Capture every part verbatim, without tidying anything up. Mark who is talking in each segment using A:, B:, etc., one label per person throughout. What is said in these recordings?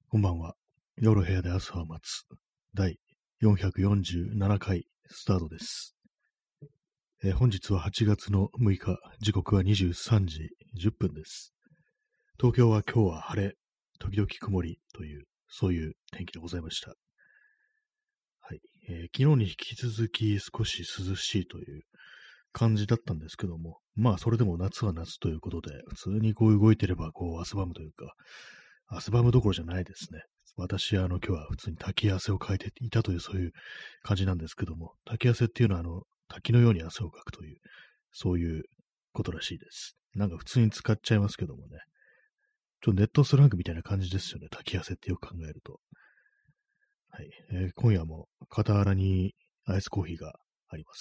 A: こんばんは。夜部屋で朝を待つ。だいよんひゃくよんじゅうななかいスタートです。えー本日ははちがつのむいか、時刻はにじゅうさんじじゅっぷんです。東京は今日は晴れ、時々曇りという、そういう天気でございました。はい。えー昨日に引き続き少し涼しいという感じだったんですけども、まあそれでも夏は夏ということで、普通にこう動いてればこう汗ばむというか、汗ばむどころじゃないですね。私はあの今日は普通に滝汗をかいていたというそういう感じなんですけども、滝汗っていうのはあの滝のように汗をかくという、そういうことらしいです。なんか普通に使っちゃいますけどもね。ちょっとネットスラングみたいな感じですよね。滝汗ってよく考えると。はい。えー今夜も傍らにアイスコーヒーがあります。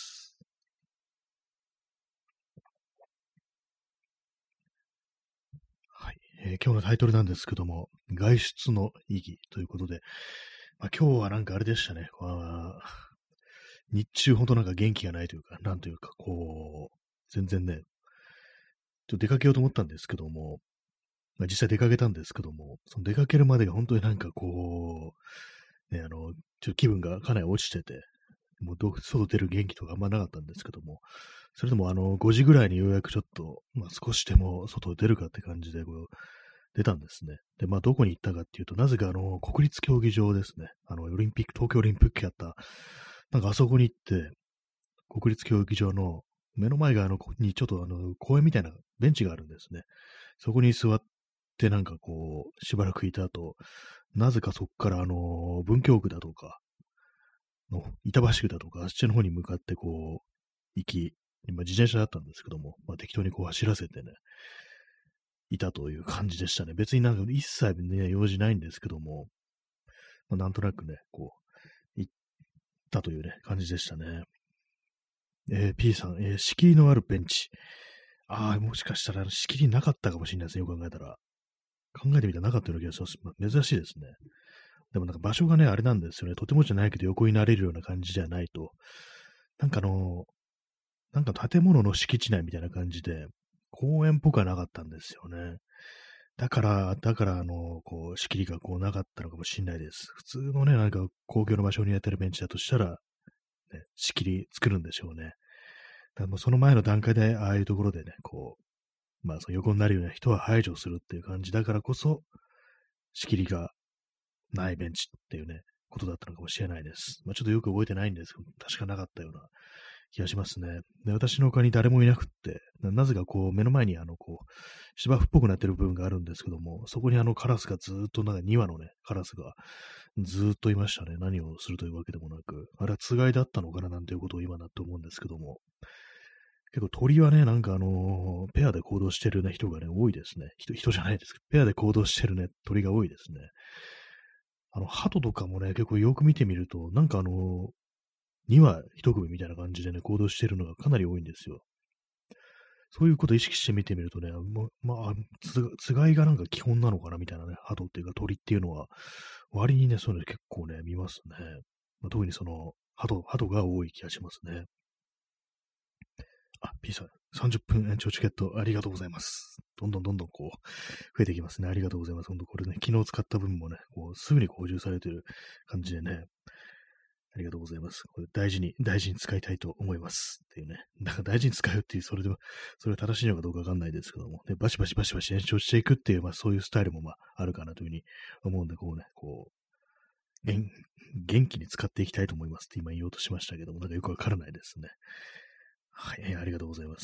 A: はい。えー今日のタイトルなんですけども、外出の意義ということで、まあ、今日はなんかあれでしたね。まあ日中ほんとなんか元気がないというか、なんというか、こう、全然ね、ちょっと出かけようと思ったんですけども、まあ、実際出かけたんですけども、その出かけるまでが本当になんかこう、ね、あの、ちょっと気分がかなり落ちてて、もうど外出る元気とかあんまなかったんですけども、それでもあの、ごじぐらいにようやくちょっと、まあ少しでも外出るかって感じで、こう、出たんですね。で、まあどこに行ったかっていうと、なぜかあの、国立競技場ですね。あの、オリンピック、東京オリンピックやった、なんかあそこに行って、国立競技場の目の前があの、こにちょっとあの、公園みたいなベンチがあるんですね。そこに座ってなんかこう、しばらくいた後、なぜかそこからあの、文京区だとか、の板橋区だとか、あっちの方に向かってこう、行き、今自転車だったんですけども、まあ、適当にこう走らせてね、いたという感じでしたね。別になんか一切ね、用事ないんですけども、まあ、なんとなくね、こう、行ったというね、感じでしたね。えー P さん、えー敷居のあるベンチ。ああ、もしかしたら仕切りなかったかもしれないですね。よく考えたら。考えてみたらなかったような気がします。まあ珍しいですね。でもなんか場所がね、あれなんですよね。とてもじゃないけど横になれるような感じじゃないと。なんかあの、なんか建物の敷地内みたいな感じで、公園っぽくはなかったんですよね。だから、だから、あの、こう、仕切りがこうなかったのかもしれないです。普通のね、なんか公共の場所にやってるベンチだとしたら、ね、仕切り作るんでしょうね。だからもうその前の段階で、ああいうところでね、こう、まあ、その横になるような人は排除するっていう感じだからこそ、仕切りがないベンチっていうね、ことだったのかもしれないです。まあ、ちょっとよく覚えてないんですけど、確かなかったような気がしますね。で、私の他に誰もいなくって、ななぜかこう、目の前にあの、こう、芝生っぽくなってる部分があるんですけども、そこにあのカラスがずーっと、なんかにわのね、カラスがずーっといましたね。何をするというわけでもなく、あれはつがいだったのかななんていうことを今なって思うんですけども、結構鳥はね、なんかあのーペアで行動してるね、人がね、多いですね。人、人じゃないですけど、ペアで行動してるね、鳥が多いですね。あの、鳩とかもね、結構よく見てみると、なんかあのー、にわ一組みたいな感じでね、行動してるのがかなり多いんですよ。そういうことを意識して見てみるとね、ま、まあ、つ、つがいがなんか基本なのかなみたいなね、鳩っていうか鳥っていうのは、割にね、そういうの結構ね、見ますね。まあ、特にその、鳩、鳩が多い気がしますね。あ、P さん、さんじゅっぷん延長チケットありがとうございます。どんどんどんどんこう、増えていきますね。ありがとうございます。ほんとこれね、昨日使った分もね、こう、すぐに補充されてる感じでね、ありがとうございます。これ大事に、大事に使いたいと思います。っていうね。だから大事に使うっていう、それでは、それは正しいのかどうかわかんないですけども、で、バシバシバシバシ延長していくっていう、まあそういうスタイルもまああるかなというふうに思うんで、こうね、こう、元元気に使っていきたいと思いますって今言おうとしましたけども、なんかよくわからないですね。はい、えーありがとうございます。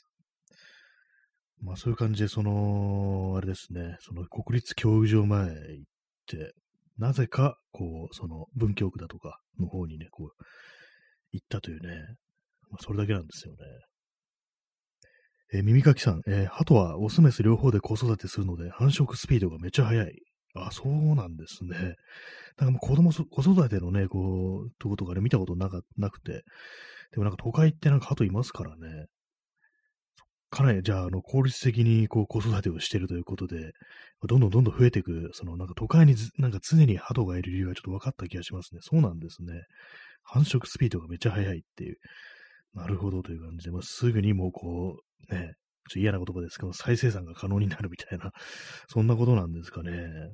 A: まあそういう感じで、その、あれですね、その国立競技場前行って、なぜか、こう、その文京区だとかの方にね、こう、行ったというね、まあ、それだけなんですよね。えー耳かきさん、えー鳩はオスメス両方で子育てするので繁殖スピードがめっちゃ速い。あ、そうなんですね。なんかもう子供そ、子育てのね、こう、とことかで見たことなか、なくて。でもなんか都会ってなんか鳩いますからね。かなり、じゃあ、あの、効率的にこう子育てをしているということで、どんどんどんどん増えていく、そのなんか都会にずなんか常に鳩がいる理由がちょっと分かった気がしますね。そうなんですね。繁殖スピードがめっちゃ速いっていう。なるほどという感じで、まあ、すぐにもうこう、ね、ちょっと嫌な言葉ですけど、再生産が可能になるみたいな、そんなことなんですかね。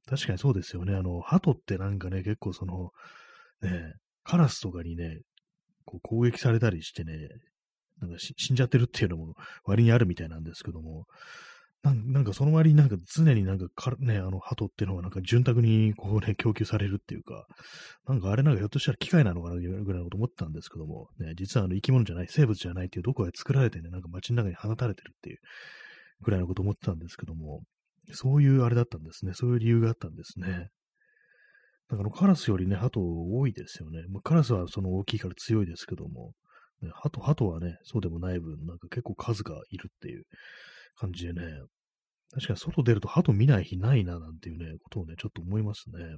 A: 確かにそうですよね。あの、鳩ってなんかね、結構その、ね、カラスとかにね、こう攻撃されたりしてね、なんかし死んじゃってるっていうのも割にあるみたいなんですけども、なんなんかその割になんか常になんかかね、あの鳩っていうのはなんか潤沢にこうね、供給されるっていうか、なんかあれなんかひょっとしたら機械なのかなぐらいのこと思ったんですけども、ね、実はあの生き物じゃない、生物じゃないっていうどこかで作られてね、なんか街の中に放たれてるっていうぐらいのこと思ってたんですけども、そういうあれだったんですね。そういう理由があったんですね。だからカラスよりね、鳩多いですよね。まあ、カラスはその大きいから強いですけども、ね、鳩、鳩はね、そうでもない分、なんか結構数がいるっていう感じでね、確かに外出ると鳩見ない日ないな、なんていうね、ことをね、ちょっと思いますね。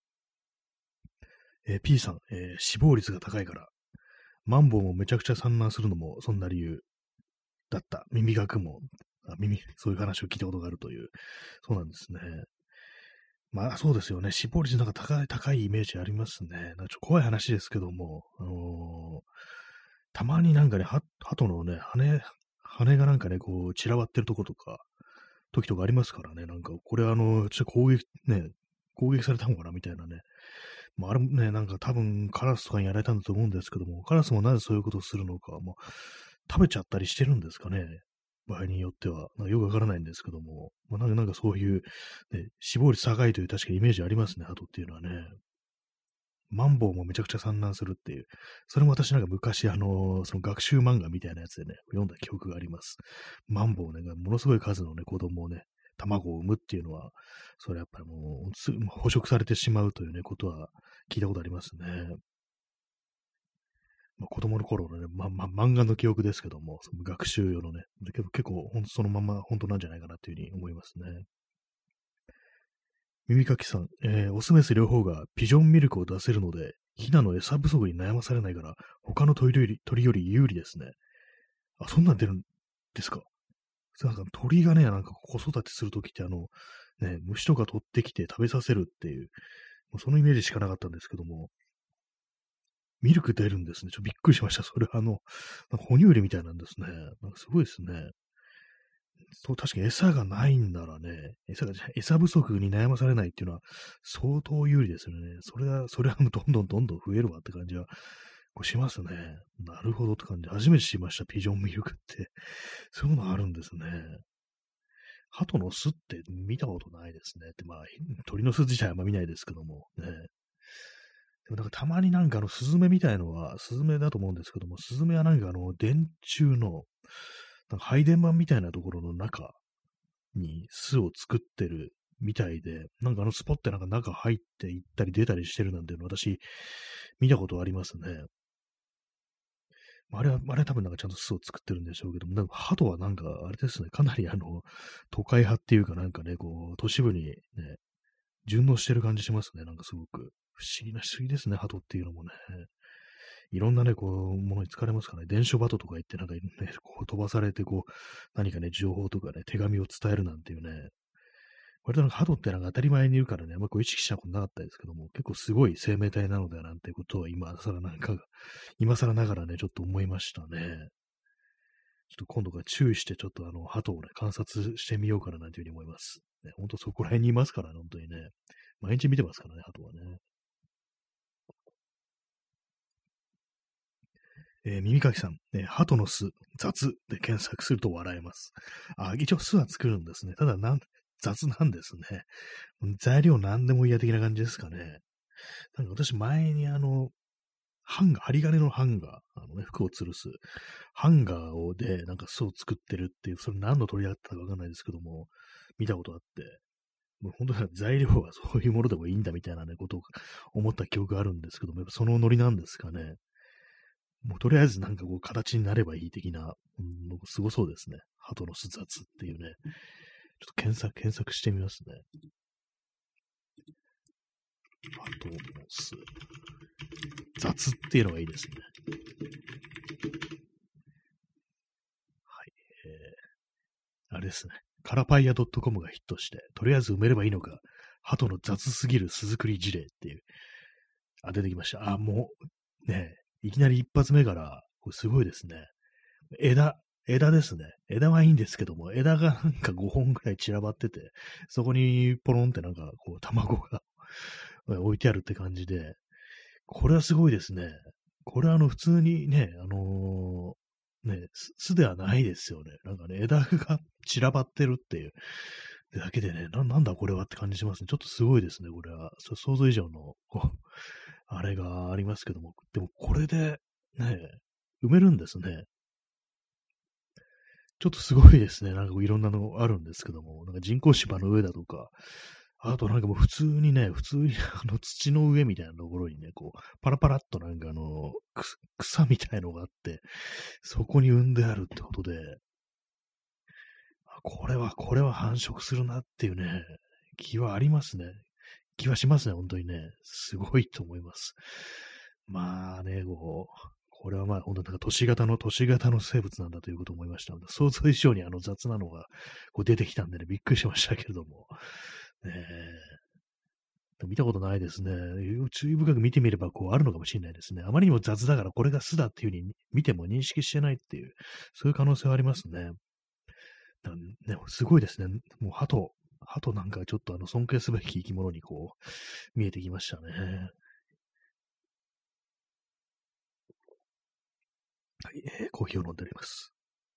A: えー P さん、えー死亡率が高いから、マンボウもめちゃくちゃ産卵するのもそんな理由だった。耳がくも、あ耳、そういう話を聞いたことがあるという、そうなんですね。まあそうですよね。死亡率なんか高い、高いイメージありますね。なんかちょっと怖い話ですけども、あのーたまになんかね、は、鳩のね、羽、羽がなんかね、こう散らばってるとことか、時とかありますからね。なんか、これあの、ちょっと攻撃、ね、攻撃されたのかなみたいなね。まあ、あれもね、なんか多分カラスとかにやられたんだと思うんですけども、カラスもなぜそういうことをするのか、もう食べちゃったりしてるんですかね。場合によっては。なんかよくわからないんですけども、まあ、なんかなんかそういう、ね、死亡率高いという確かイメージありますね、鳩っていうのはね。マンボウもめちゃくちゃ産卵するっていう。それも私なんか昔、あのーその学習漫画みたいなやつでね、読んだ記憶があります。マンボウね、ものすごい数のね、子供をね、卵を産むっていうのは、それやっぱりもう、す捕食されてしまうというね、ことは聞いたことありますね。まあ、子供の頃のね、ま、ま、漫画の記憶ですけども、その学習用のね、結構、結構ほんとそのまま本当なんじゃないかなというふうに思いますね。耳かきさん、えーオスメス両方がピジョンミルクを出せるので、ヒナの餌不足に悩まされないから、他の鳥より鳥より有利ですね。あ、そんなん出るんですか？なんか鳥がね、なんか子育てするときってあの、ね、虫とか取ってきて食べさせるっていう、もうそのイメージしかなかったんですけども、ミルク出るんですね。ちょっとびっくりしました。それあの、なんか哺乳類みたいなんですね。なんかすごいですね。そう、確かに餌がないんならね、餌が、餌不足に悩まされないっていうのは相当有利ですよね。それは、それはもうどんどんどんどん増えるわって感じは、こうしますね。なるほどって感じ。初めて知りました。ピジョンミルクって。そういうのあるんですね。鳩の巣って見たことないですね。って、まあ、鳥の巣自体はあんま見ないですけども、ね。でもなんかたまになんかあの、スズメみたいのは、スズメだと思うんですけども、スズメはなんかあの、電柱の、なんか配電盤みたいなところの中に巣を作ってるみたいで、なんかあのスポってなんか中入って行ったり出たりしてるなんていうの私見たことありますね。あれは、あれは多分なんかちゃんと巣を作ってるんでしょうけども、なんか鳩はなんかあれですね、かなりあの、都会派っていうかなんかね、こう、都市部にね、順応してる感じしますね、なんかすごく。不思議な不思議ですね、鳩っていうのもね。いろんなね、こう、ものに疲れますからね。伝書バトとか言ってなんかね、こう飛ばされて、こう、何かね、情報とかね、手紙を伝えるなんていうね、割となんか鳩ってなんか当たり前にいるからね、あんまこう意識したことなかったですけども、結構すごい生命体なのだなんてことは今更なんか、今更ながらね、ちょっと思いましたね。ちょっと今度から注意して、ちょっとあの、鳩をね、観察してみようかななんていうふうに思います。ね、ほんとそこら辺にいますからね、本当にね。毎日見てますからね、鳩はね。えー耳かきさん、えー鳩の巣、雑で検索すると笑えます。あ、一応巣は作るんですね。ただなん、雑なんですね。材料なんでも嫌的な感じですかね。なんか私前にあの、ハンガー、針金のハンガー、あのね、服を吊るす、ハンガーをで、なんか巣を作ってるっていう、それ何の鳥だったかわかんないですけども、見たことあって、もう本当に材料はそういうものでもいいんだみたいなね、ことを思った記憶があるんですけども、やっぱそのノリなんですかね。もうとりあえずなんかこう形になればいい的な、うん、すごそうですね。鳩の巣雑っていうね。ちょっと検索、検索してみますね。鳩の巣。雑っていうのがいいですね。はい。えー、あれですね。カラパイヤ .com がヒットして、とりあえず埋めればいいのか、鳩の雑すぎる巣作り事例っていう。あ、出てきました。あ、もう、ね、いきなり一発目から、これすごいですね。枝、 枝ですね。枝はいいんですけども、枝がなんかごほんぐらい散らばってて、そこにポロンってなんかこう卵が置いてあるって感じで、これはすごいですね。これはあの普通にね、あのーね、巣巣ではないですよね。なんかね、枝が散らばってるっていうだけでね、な、なんだこれはって感じしますね。ちょっとすごいですね、これは。そ想像以上の、こう、あれがありますけども。でもこれで、ね、埋めるんですね。ちょっとすごいですね。なんかこういろんなのあるんですけども、なんか人工芝の上だとか、あとなんかもう普通にね、普通にあの土の上みたいなところにね、こう、パラパラっとなんかあの、く草みたいのがあって、そこに産んであるってことで、あこれは、これは繁殖するなっていうね、気はありますね。気はしますね、本当にね。すごいと思います。まあね、こう、これはまあ本当なんか都市型の都市型の生物なんだということを思いましたので、想像以上にあの雑なのがこう出てきたんでね、びっくりしましたけれども。ねえ、見たことないですね。注意深く見てみればこうあるのかもしれないですね。あまりにも雑だからこれが巣だっていうふうに見ても認識してないっていう、そういう可能性はありますね。だね、すごいですね。もう鳩、鳩なんかちょっとあの尊敬すべき生き物にこう見えてきましたね。はい、えーコーヒーを飲んでおります。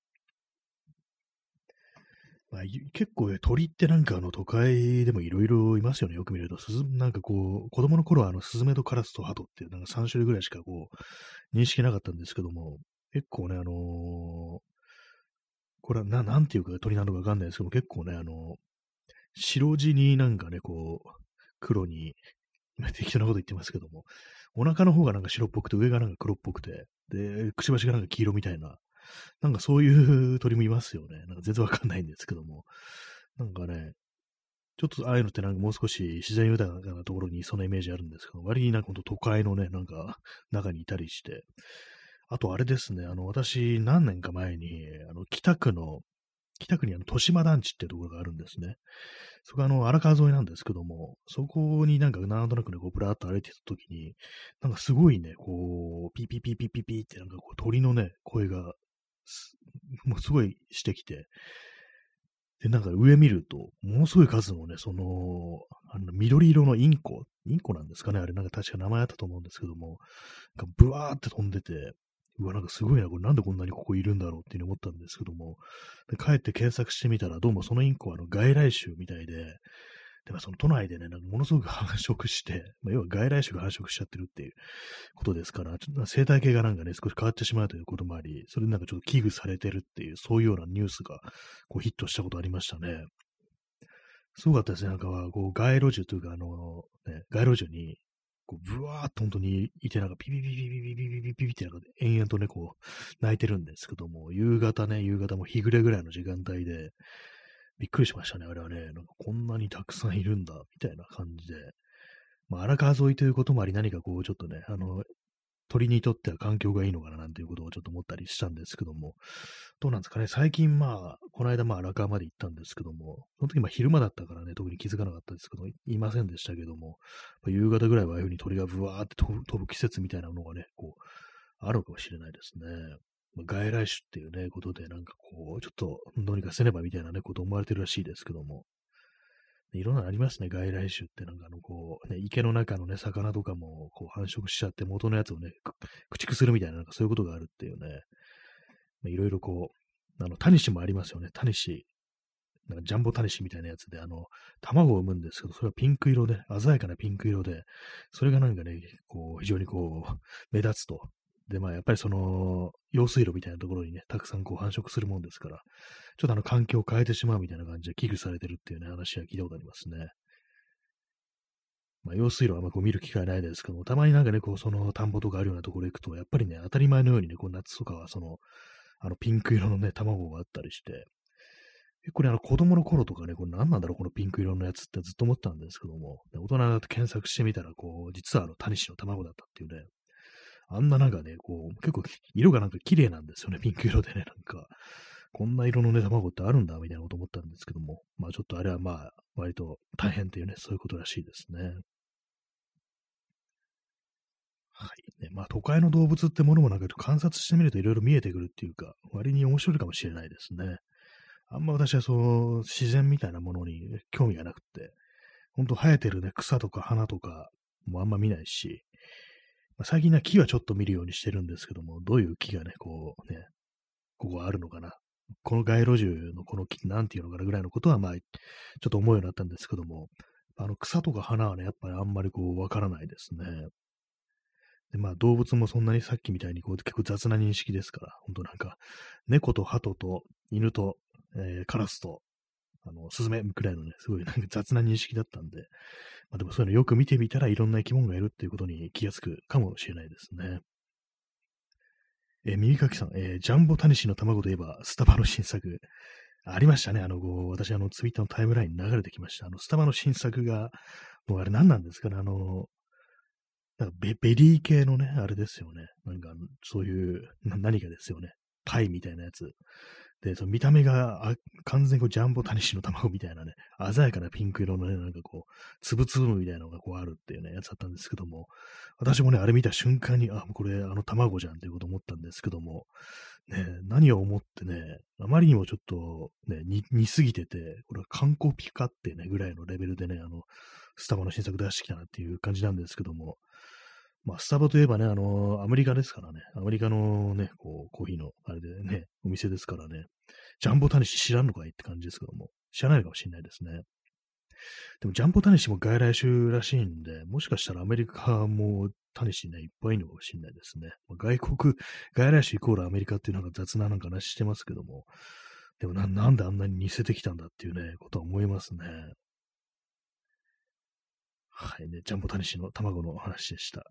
A: まあ、ゆ結構ね、鳥ってなんかあの都会でもいろいろいますよね。よく見ると。スズなんかこう、子供の頃はあのスズメとカラスとハトっていうなんかさん種類ぐらいしかこう、認識なかったんですけども、結構ね、あのーこれはな、なんていうか鳥なのかわかんないですけども、結構ね、あのー白地になんかね、こう、黒に、今適当なこと言ってますけども、お腹の方がなんか白っぽくて、上がなんか黒っぽくて、で、くちばしがなんか黄色みたいな、なんかそういう鳥もいますよね。なんか全然わかんないんですけども。なんかね、ちょっとああいうのってなんかもう少し自然豊かなところにいそうなイメージあるんですけど、割になんかほんと都会のね、なんか中にいたりして。あとあれですね、あの、私何年か前に、あの、北区の、北区にあの、豊島団地っていうところがあるんですね。そこはあの、荒川沿いなんですけども、そこになんかなんとなくね、こう、ぶらーっと歩いてた時に、なんかすごいね、こう、ピーピーピーピーピーピーってなんかこう、鳥のね、声がす、もうすごいしてきて、で、なんか上見ると、ものすごい数のね、その、あの緑色のインコ、インコなんですかね、あれ、なんか確か名前あったと思うんですけども、なんかブワーって飛んでて、うわ、なんかすごいな、これなんでこんなにここいるんだろうっていうふうに思ったんですけども、で帰って検索してみたら、どうもそのインコはあの外来種みたいで、で、まあ、その都内でね、なんかものすごく繁殖して、まあ、要は外来種が繁殖しちゃってるっていうことですから、ちょっと生態系がなんかね、少し変わってしまうということもあり、それでなんかちょっと危惧されてるっていう、そういうようなニュースがこうヒットしたことありましたね。すごかったですね。なんか、こう、街路樹というか、あの、ね、街路樹に、こう、ブワーっと本当にいて、なんか、ピピピピピピピピピピピって、なんか、延々とね、こう、泣いてるんですけども、夕方ね、夕方も日暮れぐらいの時間帯で、びっくりしましたね、あれはね。なんか、こんなにたくさんいるんだ、みたいな感じで。まあ、荒川沿いということもあり、何かこう、ちょっとね、あの、鳥にとっては環境がいいのかななんていうことをちょっと思ったりしたんですけども、どうなんですかね、最近まあ、この間まあ荒川まで行ったんですけども、その時まあ昼間だったからね、特に気づかなかったですけど、いいませんでしたけども、夕方ぐらいはああいうふうに鳥がブワーって飛ぶ飛ぶ季節みたいなのがね、こう、あるかもしれないですね。まあ、外来種っていうね、ことで、なんかこう、ちょっとどうにかせねばみたいなね、こと思われてるらしいですけども、いろんなのありますね、外来種って。なんかあの、こう、ね、池の中のね、魚とかも、こう、繁殖しちゃって元のやつをね、く駆逐するみたいな、なんかそういうことがあるっていうね、まあいろいろこう、あの、タニシもありますよね、タニシ。なんかジャンボタニシみたいなやつで、あの、卵を産むんですけど、それはピンク色で、鮮やかなピンク色で、それがなんかね、こう、非常にこう、目立つと。で、まあ、やっぱりその、用水路みたいなところにね、たくさんこう繁殖するもんですから、ちょっとあの環境を変えてしまうみたいな感じで危惧されてるっていうね、話は聞いたことありますね。まあ、用水路はあんまこう見る機会ないですけども、たまになんかね、こう、その田んぼとかあるようなところ行くと、やっぱりね、当たり前のようにね、こう夏とかはその、あのピンク色のね、卵があったりして、結構ね、あの子供の頃とかね、これ何なんだろう、このピンク色のやつってずっと思ったんですけども、大人だと検索してみたら、こう、実はあの、タニシの卵だったっていうね、あんななんかね、こう、結構色がなんか綺麗なんですよね、ピンク色でね、なんか、こんな色のね、卵ってあるんだ、みたいなこと思ったんですけども、まあちょっとあれはまあ、割と大変っていうね、そういうことらしいですね。はい。 ね、まあ都会の動物ってものもなんか観察してみるといろいろ見えてくるっていうか、割に面白いかもしれないですね。あんま私はそう、自然みたいなものに興味がなくって、ほんと生えてるね、草とか花とかもあんま見ないし、まあ、最近ね、木はちょっと見るようにしてるんですけども、どういう木がね、こうね、ここあるのかな。この街路樹のこの木ってなんていうのかなぐらいのことは、まあ、ちょっと思うようになったんですけども、あの草とか花はね、やっぱりあんまりこう、わからないですね。で、まあ動物もそんなにさっきみたいにこう結構雑な認識ですから、ほんとなんか、猫と鳩と犬と、えーカラスと、あの、スズメくらいのね、すごいなんか雑な認識だったんで、まあでもそういうのよく見てみたらいろんな生き物がいるっていうことに気がつくかもしれないですね。えー耳かきさん、えージャンボタニシの卵といえば、スタバの新作。ありましたね。あの、こう私、あの、ツイッターのタイムラインに流れてきました。あの、スタバの新作が、もうあれ何なんですかね。あの、なんかベベリー系のね、あれですよね。なんか、そういう、な何かですよね。パイみたいなやつ。で、その見た目があ完全にこうジャンボタニシの卵みたいなね、鮮やかなピンク色のね、なんかこう、つぶつぶみたいなのがこうあるっていうね、やつだったんですけども、私もね、あれ見た瞬間に、あ、これあの卵じゃんっていうこと思ったんですけども、ね、何を思ってね、あまりにもちょっとね、似似すぎてて、これは観光ピカってね、ぐらいのレベルでね、あの、スタバの新作出してきたなっていう感じなんですけども、まあ、スタバといえばね、あの、アメリカですからね、アメリカのね、こう、コーヒーの、あれでね、お店ですからね、ジャンボタニシ知らんのかいって感じですけども、知らないかもしれないですね。でも、ジャンボタニシも外来種らしいんで、もしかしたらアメリカもタニシね、いっぱいいるのかもしれないですね。まあ、外国、外来種イコールアメリカっていうなんか雑ななんか話してますけども、でもな、なんであんなに似せてきたんだっていうね、ことは思いますね。はいね、ジャンボタニシの卵の話でした。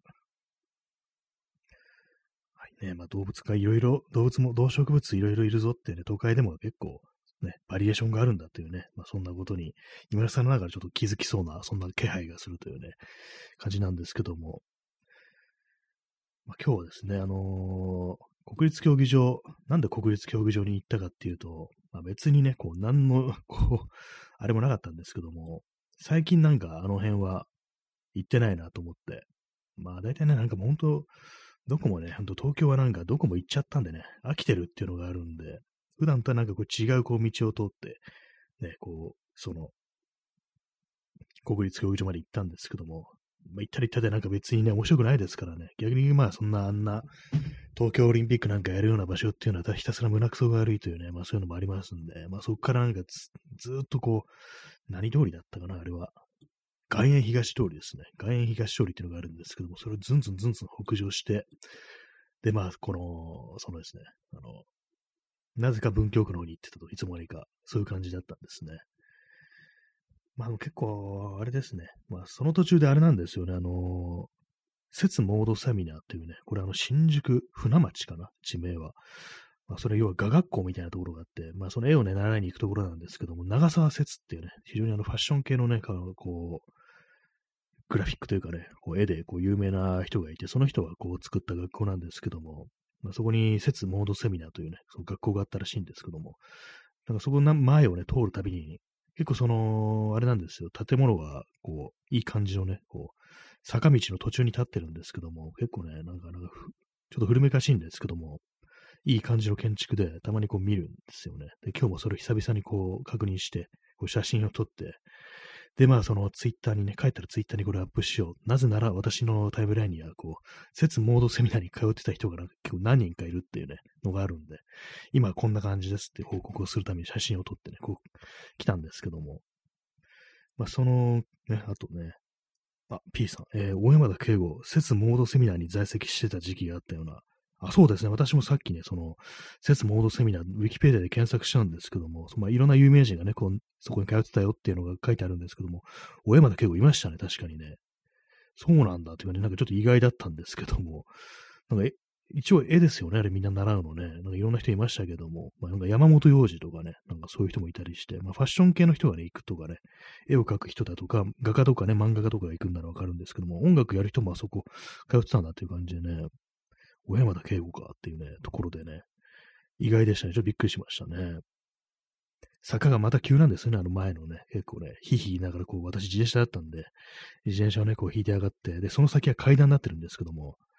A: はいね、まあ動物がいろいろ、動物も動植物いろいろいるぞってね、都会でも結構ね、バリエーションがあるんだっていうね、まあそんなことに、今田さんの中でちょっと気づきそうな、そんな気配がするというね、感じなんですけども、まあ、今日はですね、あのー国立競技場、なんで国立競技場に行ったかっていうと、まあ、別にね、こう、何の、こう、あれもなかったんですけども、最近なんかあの辺は行ってないなと思って、まあ大体ね、なんかもう本当、どこもね、ほんと東京はなんかどこも行っちゃったんでね、飽きてるっていうのがあるんで、普段とはなんかこう違うこう道を通って、ね、こう、その、国立競技場まで行ったんですけども、まあ、行ったり行ったでなんか別にね、面白くないですからね。逆にまあそんなあんな東京オリンピックなんかやるような場所っていうのはひたすら胸くそが悪いというね、まあそういうのもありますんで、まあそこからなんかずずーっとこう、何通りだったかな、あれは。外苑東通りですね。外苑東通りっていうのがあるんですけども、それをずんずんずんずん北上して、で、まあ、この、そのですね、あの、なぜか文京区の方に行ってたと、いつもにか、そういう感じだったんですね。まあ、結構、あれですね。まあ、その途中であれなんですよね。あの、節モードセミナーっていうね、これあの、新宿船町かな、地名は。まあ、それ要は画学校みたいなところがあって、まあ、その絵をね、習いに行くところなんですけども、長沢節っていうね、非常にあの、ファッション系のね、こう、グラフィックというかね、こう絵でこう有名な人がいて、その人がこう作った学校なんですけども、まあ、そこに節モードセミナーというね、その学校があったらしいんですけども、なんかそこの前をね、通るたびに、結構その、あれなんですよ、建物が、こう、いい感じのね、こう、坂道の途中に立ってるんですけども、結構ね、なんか、なんかちょっと古めかしいんですけども、いい感じの建築で、たまにこう見るんですよね。で、今日もそれを久々にこう確認して、こう写真を撮って、で、まあ、そのツイッターにね、書いたらツイッターにこれアップしよう。なぜなら私のタイムラインには、こう、節モードセミナーに通ってた人が結構何人かいるっていうね、のがあるんで、今こんな感じですって報告をするために写真を撮ってね、こう、来たんですけども、まあ、その、ね、あとね、あ、P さん、えー、大山田圭吾、節モードセミナーに在籍してた時期があったような、あ、そうですね。私もさっきね、その、節モードセミナー、ウィキペディアで検索したんですけども、そのまあ、いろんな有名人がね、こう、そこに通ってたよっていうのが書いてあるんですけども、小山田圭吾いましたね、確かにね。そうなんだっていうかね、なんかちょっと意外だったんですけども、なんかえ、一応絵ですよね、あれみんな習うのね。なんかいろんな人いましたけども、まあ、なんか山本洋次とかね、なんかそういう人もいたりして、まあファッション系の人がね、行くとかね、絵を描く人だとか、画家とかね、漫画家とかが行くんならわかるんですけども、音楽やる人もあそこ通ってたんだっていう感じでね、小山田圭吾かっていうね、ところでね、意外でしたね。ちょっとびっくりしましたね。坂がまた急なんですよね、あの前のね。結構ね、ひひ言いながら、こう、私自転車だったんで、自転車をね、こう引いて上がって、で、その先は階段になってるんですけども、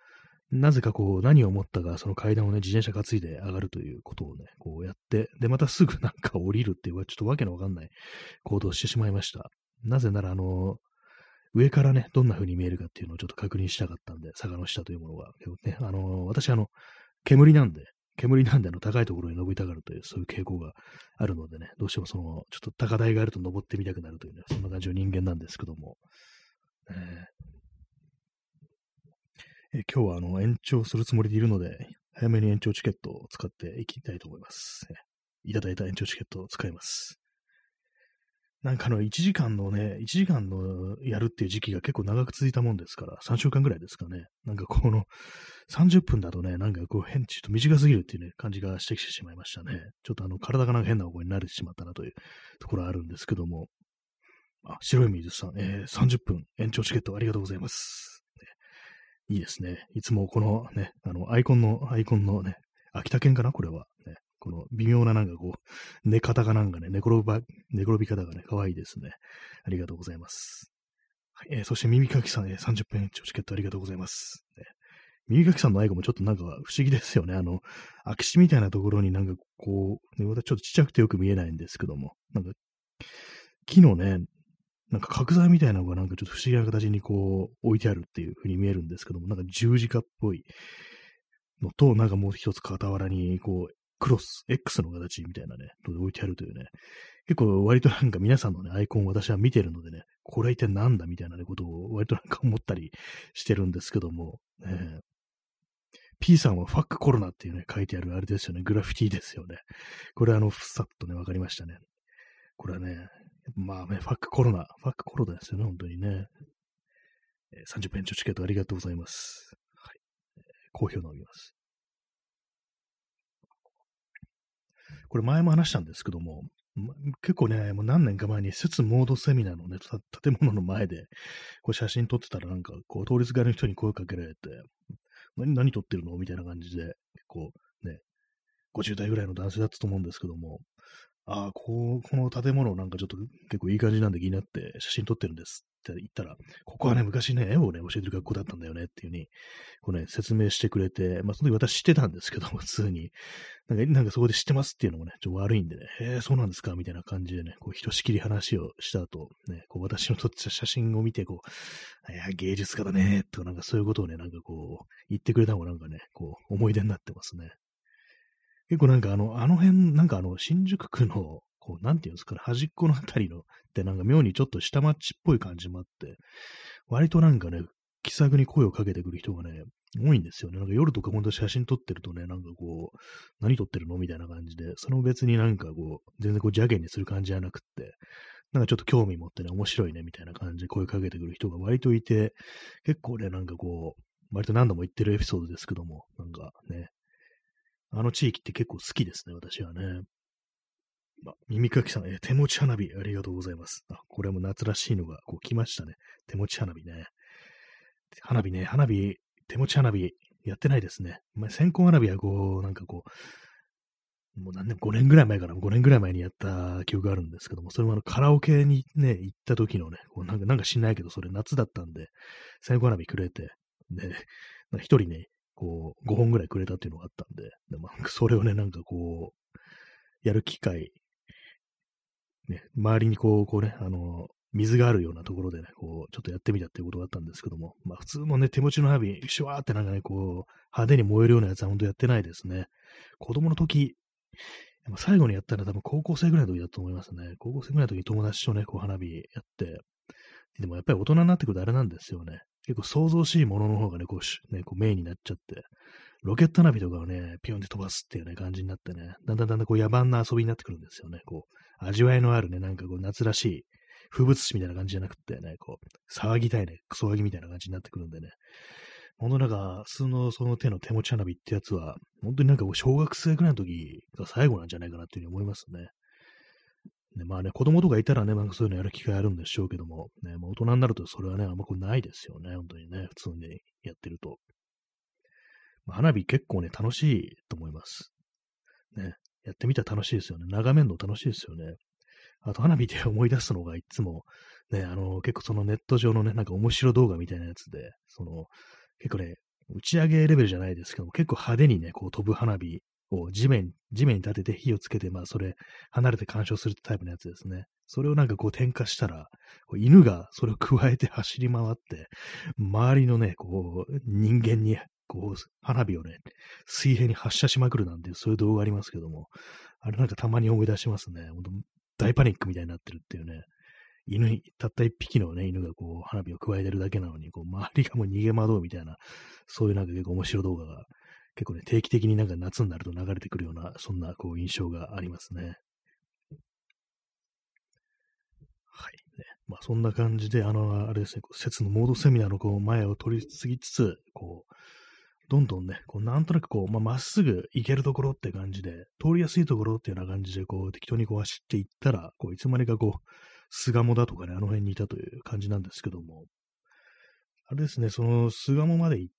A: なぜかこう、何を思ったか、その階段をね、自転車担いで上がるということをね、こうやって、で、またすぐなんか降りるっていう、ちょっとわけのわかんない行動をしてしまいました。なぜなら、あの、上からね、どんな風に見えるかっていうのをちょっと確認したかったんで、坂の下というものが。ね、あの、私、あの、煙なんで、煙なんで、あの、高いところに登りたがるという、そういう傾向があるのでね、どうしてもその、ちょっと高台があると登ってみたくなるというね、そんな感じの人間なんですけども、えーえ今日はあの延長するつもりでいるので、早めに延長チケットを使っていきたいと思います。いただいた延長チケットを使います。なんかあのいちじかんのね、いちじかんのやるっていう時期が結構長く続いたもんですから、さんしゅうかんぐらいですかね。なんかこのさんじゅっぷんだとね、なんかこう変、ちょっと短すぎるっていうね、感じがしてきてしまいましたね。ちょっとあの体がなんか変な方向に慣れてしまったなというところはあるんですけども。あ、白い水さん、えー、さんじゅっぷん延長チケットありがとうございます。いいですね。いつもこのね、あの、アイコンの、アイコンのね、秋田県かなこれは。ね、この微妙ななんかこう、寝方がなんかね、寝転ば、寝転び方がね、可愛いですね。ありがとうございます。はい、えー、そして耳かきさん、えー、さんじゅっぷんチケットありがとうございます。ね、耳かきさんのアイコンもちょっとなんか不思議ですよね。あの、空き地みたいなところになんかこう、ね、私ちょっとちっちゃくてよく見えないんですけども、なんか木のね、なんか角材みたいなのがなんかちょっと不思議な形にこう置いてあるっていう風に見えるんですけども、なんか十字架っぽいのと、なんかもう一つ傍らにこう、クロス、X の形みたいなね、ので置いてあるというね、結構割となんか皆さんのね、アイコンを私は見てるのでね、これは一体なんだみたいなね、ことを割となんか思ったりしてるんですけども、ね、P さんはファックコロナっていうね、書いてあるあれですよね、グラフィティですよね。これあの、さっとね、わかりましたね。これはね、まあね、ファックコロナ、ファックコロナですよね、本当にね。えー、さんじゅっぷんチケットありがとうございます。はい。コーヒーを飲みます。これ前も話したんですけども、ま、結構ね、もう何年か前に施設モードセミナーのね、建物の前で、こう写真撮ってたらなんか、こう通りすがりの人に声かけられて、何、何撮ってるのみたいな感じで、結構ね、ごじゅう代ぐらいの男性だったと思うんですけども、ああ、こう、この建物なんかちょっと結構いい感じなんで気になって写真撮ってるんですって言ったら、ここはね、昔ね、絵をね、教えてる学校だったんだよねっていう風に、こうね、説明してくれて、まあ、その時私知ってたんですけども、普通に。なんか、なんかそこで知ってますっていうのもね、ちょっと悪いんでね、へえ、そうなんですかみたいな感じでね、こう、ひとしきり話をした後、ね、こう、私の撮った写真を見て、こう、いや、芸術家だね、とか、なんかそういうことをね、なんかこう、言ってくれたのがなんかね、こう、思い出になってますね。結構なんかあの、あの辺、なんかあの、新宿区の、こう、なんていうんですかね、端っこのあたりの、ってなんか妙にちょっと下町っぽい感じもあって、割となんかね、気さくに声をかけてくる人がね、多いんですよね。なんか夜とかほんと写真撮ってるとね、なんかこう、何撮ってるのみたいな感じで、その別になんかこう、全然こう邪険にする感じじゃなくって、なんかちょっと興味持ってね、面白いね、みたいな感じで声かけてくる人が割といて、結構ね、なんかこう、割と何度も言ってるエピソードですけども、なんかね、あの地域って結構好きですね、私はね。あ、耳かきさん、えー手持ち花火、ありがとうございます。あ、これも夏らしいのが、こう来ましたね。手持ち花火ね。花火ね、花火、手持ち花火、やってないですね。まあ、線香花火はこう、なんかこう、もう何年、ごねんぐらい前から、ごねんぐらい前にやった記憶があるんですけども、それもあのカラオケにね、行った時のね、こうなんか、なんか知んないけど、それ夏だったんで、線香花火くれて、で、一人ね、こう、ごほんぐらいくれたっていうのがあったんで、でまあ、それをね、なんかこう、やる機会ね、周りにこう、こうね、あの、水があるようなところでね、こう、ちょっとやってみたっていうことがあったんですけども、まあ普通のね、手持ちの花火、シュワーってなんかね、こう、派手に燃えるようなやつは本当やってないですね。子供の時、最後にやったのは多分高校生ぐらいの時だと思いますね。高校生ぐらいの時に友達とね、こう花火やって、でもやっぱり大人になってくるとあれなんですよね。結構想像しいものの方がね、こうし、ね、こうメインになっちゃって、ロケット花火とかをね、ピョンって飛ばすっていうね、感じになってね、だんだんだんだんこう野蛮な遊びになってくるんですよね。こう、味わいのあるね、なんかこう夏らしい風物詩みたいな感じじゃなくてね、こう、騒ぎたいね、クソ騒ぎみたいな感じになってくるんでね。ほんとなんか、普通のその手の手持ち花火ってやつは、本当になんかこう小学生くらいの時が最後なんじゃないかなっていうふうに思いますね。ね、まあね、子供とかいたらね、なんかそういうのやる機会あるんでしょうけども、ね、まあ、大人になるとそれはね、あんまこうないですよね、本当にね、普通にやってると。まあ花火結構ね、楽しいと思います。ね、やってみたら楽しいですよね。眺めるの楽しいですよね。あと花火で思い出すのがいつも、ね、あの、結構そのネット上のね、なんか面白動画みたいなやつで、その、結構ね、 打ち上げレベルじゃないですけども、結構派手にね、こう飛ぶ花火を地面、地面に立てて火をつけて、まあそれ、離れて鑑賞するタイプのやつですね。それをなんかこう点火したら、こう犬がそれを加えて走り回って、周りのね、こう、人間に、こう、花火をね、水平に発射しまくるなんていう、そういう動画ありますけども、あれなんかたまに思い出しますね。本当大パニックみたいになってるっていうね。犬に、たった一匹のね、犬がこう、花火を加えてるだけなのに、こう、周りがもう逃げ惑うみたいな、そういうなんか結構面白い動画が、結構ね、定期的になんか夏になると流れてくるような、そんなこう、印象がありますね。はい。ね、まあ、そんな感じで、あの、あれですね、こう説のモードセミナーのこう、前を取り継ぎつつ、こう、どんどんね、こう、なんとなくこう、まあ、まっすぐ行けるところって感じで、通りやすいところっていうような感じで、こう、適当にこう走っていったら、こう、いつまにかこう、巣鴨だとかね、あの辺にいたという感じなんですけども、あれですね、その巣鴨まで行って、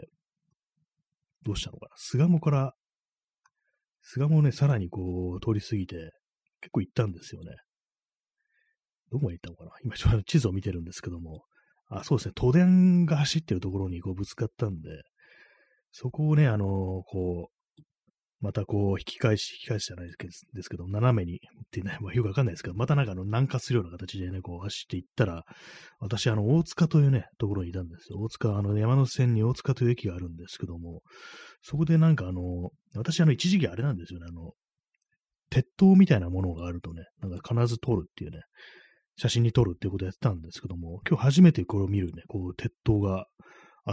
A: どうしたのかな。巣鴨から、巣鴨をね、さらにこう、通り過ぎて、結構行ったんですよね。どこまで行ったのかな。今、ちょっと地図を見てるんですけども、あ、そうですね、都電が走ってるところにこうぶつかったんで、そこをね、あのこう、またこう、引き返し、引き返しじゃないですけど、斜めにってね、まあ、よくわかんないですけど、またなんかあの、南下するような形でね、こう走っていったら、私、あの、大塚というね、ところにいたんですよ。大塚、あの、山手線に大塚という駅があるんですけども、そこでなんかあの、私、あの、一時期あれなんですよね、あの、鉄塔みたいなものがあるとね、なんか必ず撮るっていうね、写真に撮るっていうことをやってたんですけども、今日初めてこれを見るね、こう、鉄塔があって、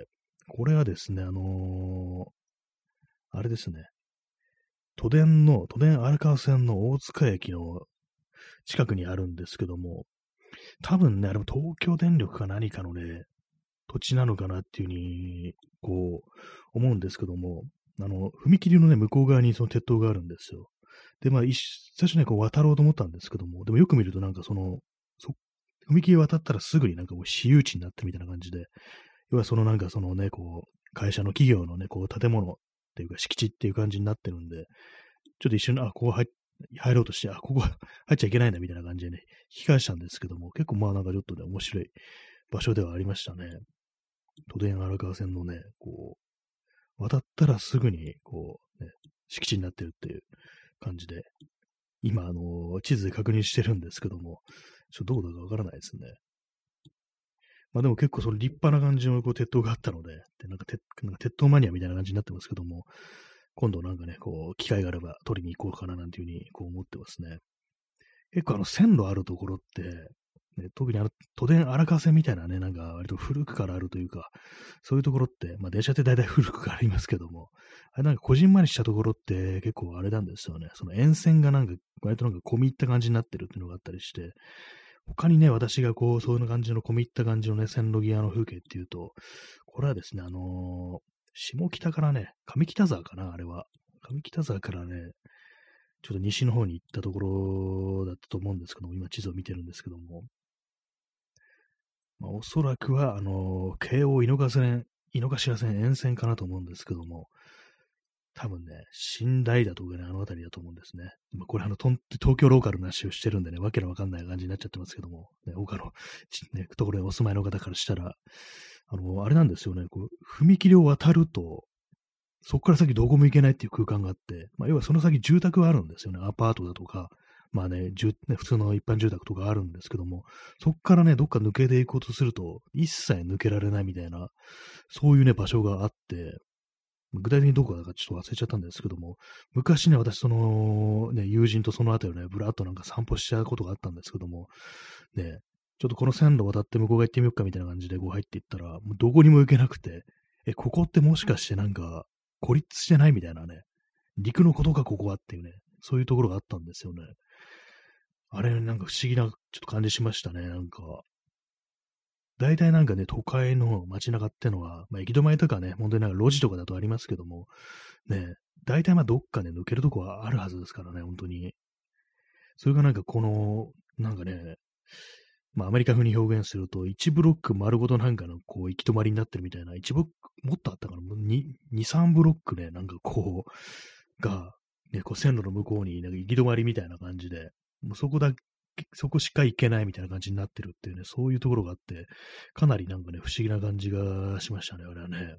A: これはですね、あのーあれですね、都電の、都電荒川線の大塚駅の近くにあるんですけども、多分ね、あれも東京電力か何かのね、土地なのかなっていうふうに、こう、思うんですけども、あの、踏切のね、向こう側にその鉄塔があるんですよ。で、まあ、一最初ね、こう渡ろうと思ったんですけども、でもよく見るとなんかその、そ踏切渡ったらすぐになんかもう私有地になってみたいな感じで、要はそのなんかそのね、こう、会社の企業のね、こう、建物っていうか敷地っていう感じになってるんで、ちょっと一瞬、あ、ここ入入ろうとして、あ、ここ入っちゃいけないんだみたいな感じでね、引き返したんですけども、結構まあなんかちょっとね、面白い場所ではありましたね。都電荒川線のね、こう、渡ったらすぐに、こう、ね、敷地になってるっていう感じで、今、あのー地図で確認してるんですけども、ちょっとどこだかわからないですね。まあでも結構その立派な感じのこう鉄塔があったので、でなんか鉄なんか鉄塔マニアみたいな感じになってますけども、今度なんかね、こう、機会があれば取りに行こうかななんていうふうにこう思ってますね。結構あの線路あるところって、ね、特にあの都電荒川線みたいなね、なんか割と古くからあるというか、そういうところって、まあ電車って大体古くからありますけども、あれなんかこじんまりしたところって結構あれなんですよね。その沿線がなんか割となんか込み入った感じになってるっていうのがあったりして、他にね、私がこう、そういう感じの込み入った感じのね、線路際の風景っていうと、これはですね、あのー下北からね、上北沢かな、あれは。上北沢からね、ちょっと西の方に行ったところだったと思うんですけども、今地図を見てるんですけども、まあ、おそらくは、あのー京王井の頭線、井の頭線沿線かなと思うんですけども、多分ね、寝台だとかね、あの辺りだと思うんですね。まあ、これあの、とん東京ローカルな話をしてるんでね、わけのわかんない感じになっちゃってますけども、ね、他の、ちね、ところにお住まいの方からしたら、あの、あれなんですよね、こう、踏切を渡ると、そこから先どこも行けないっていう空間があって、まあ、要はその先住宅があるんですよね。アパートだとか、まあね、住ね普通の一般住宅とかあるんですけども、そこからね、どっか抜けていこうとすると、一切抜けられないみたいな、そういうね、場所があって、具体的にどこだかちょっと忘れちゃったんですけども、昔ね、私、その、ね、友人とその後をね、ぶらっとなんか散歩したことがあったんですけども、ね、ちょっとこの線路渡って向こう側行ってみようかみたいな感じでこう入っていったら、もうどこにも行けなくて、え、ここってもしかしてなんか孤立してないみたいなね、陸のことかここはっていうね、そういうところがあったんですよね。あれ、なんか不思議なちょっと感じしましたね、なんか。大体なんかね、都会の街中ってのは、まあ、行き止まりとかね、本当になんか路地とかだとありますけども、ね、大体まあどっかね、抜けるとこはあるはずですからね、本当に。それがなんかこの、なんかね、まあアメリカ風に表現すると、いちブロック丸ごとなんかのこう行き止まりになってるみたいな、いちブロック、もっとあったかな、もうに、に、さんブロックね、なんかこう、が、ね、こう線路の向こうになんか行き止まりみたいな感じで、もうそこだけ、そこしか行けないみたいな感じになってるっていうね、そういうところがあって、かなりなんかね、不思議な感じがしましたね、あれはね。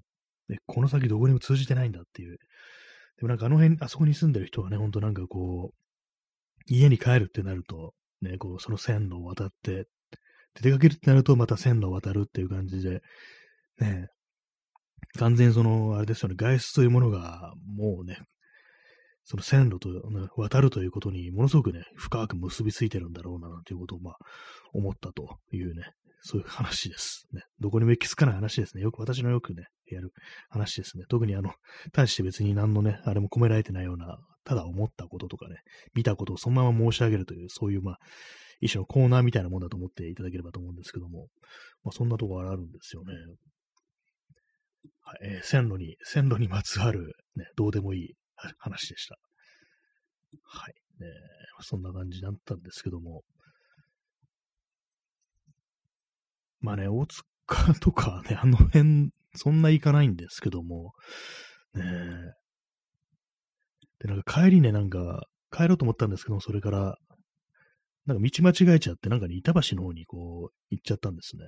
A: で、この先どこにも通じてないんだっていう。でもなんかあの辺、あそこに住んでる人はね、ほんとなんかこう、家に帰るってなると、ね、こう、その線路を渡って、で出かけるってなるとまた線路を渡るっていう感じで、ね、完全にその、あれですよね、外出というものが、もうね、その線路と、ね、渡るということにものすごくね、深く結びついてるんだろうな、ということを、まあ、思ったというね、そういう話です。ね。どこにも行き着かない話ですね。よく、私のよくね、やる話ですね。特にあの、大して別に何のね、あれも込められてないような、ただ思ったこととかね、見たことをそのまま申し上げるという、そういう、まあ、一種のコーナーみたいなもんだと思っていただければと思うんですけども、まあ、そんなところあるんですよね。はい、えー線路に、線路にまつわる、ね、どうでもいい話でした。はい。ね、そんな感じだったんですけども。まあね、大塚とかね、あの辺、そんな行かないんですけども、ねで、なんか帰りね、なんか、帰ろうと思ったんですけども、それから、なんか道間違えちゃって、なんかね、板橋の方にこう、行っちゃったんですね。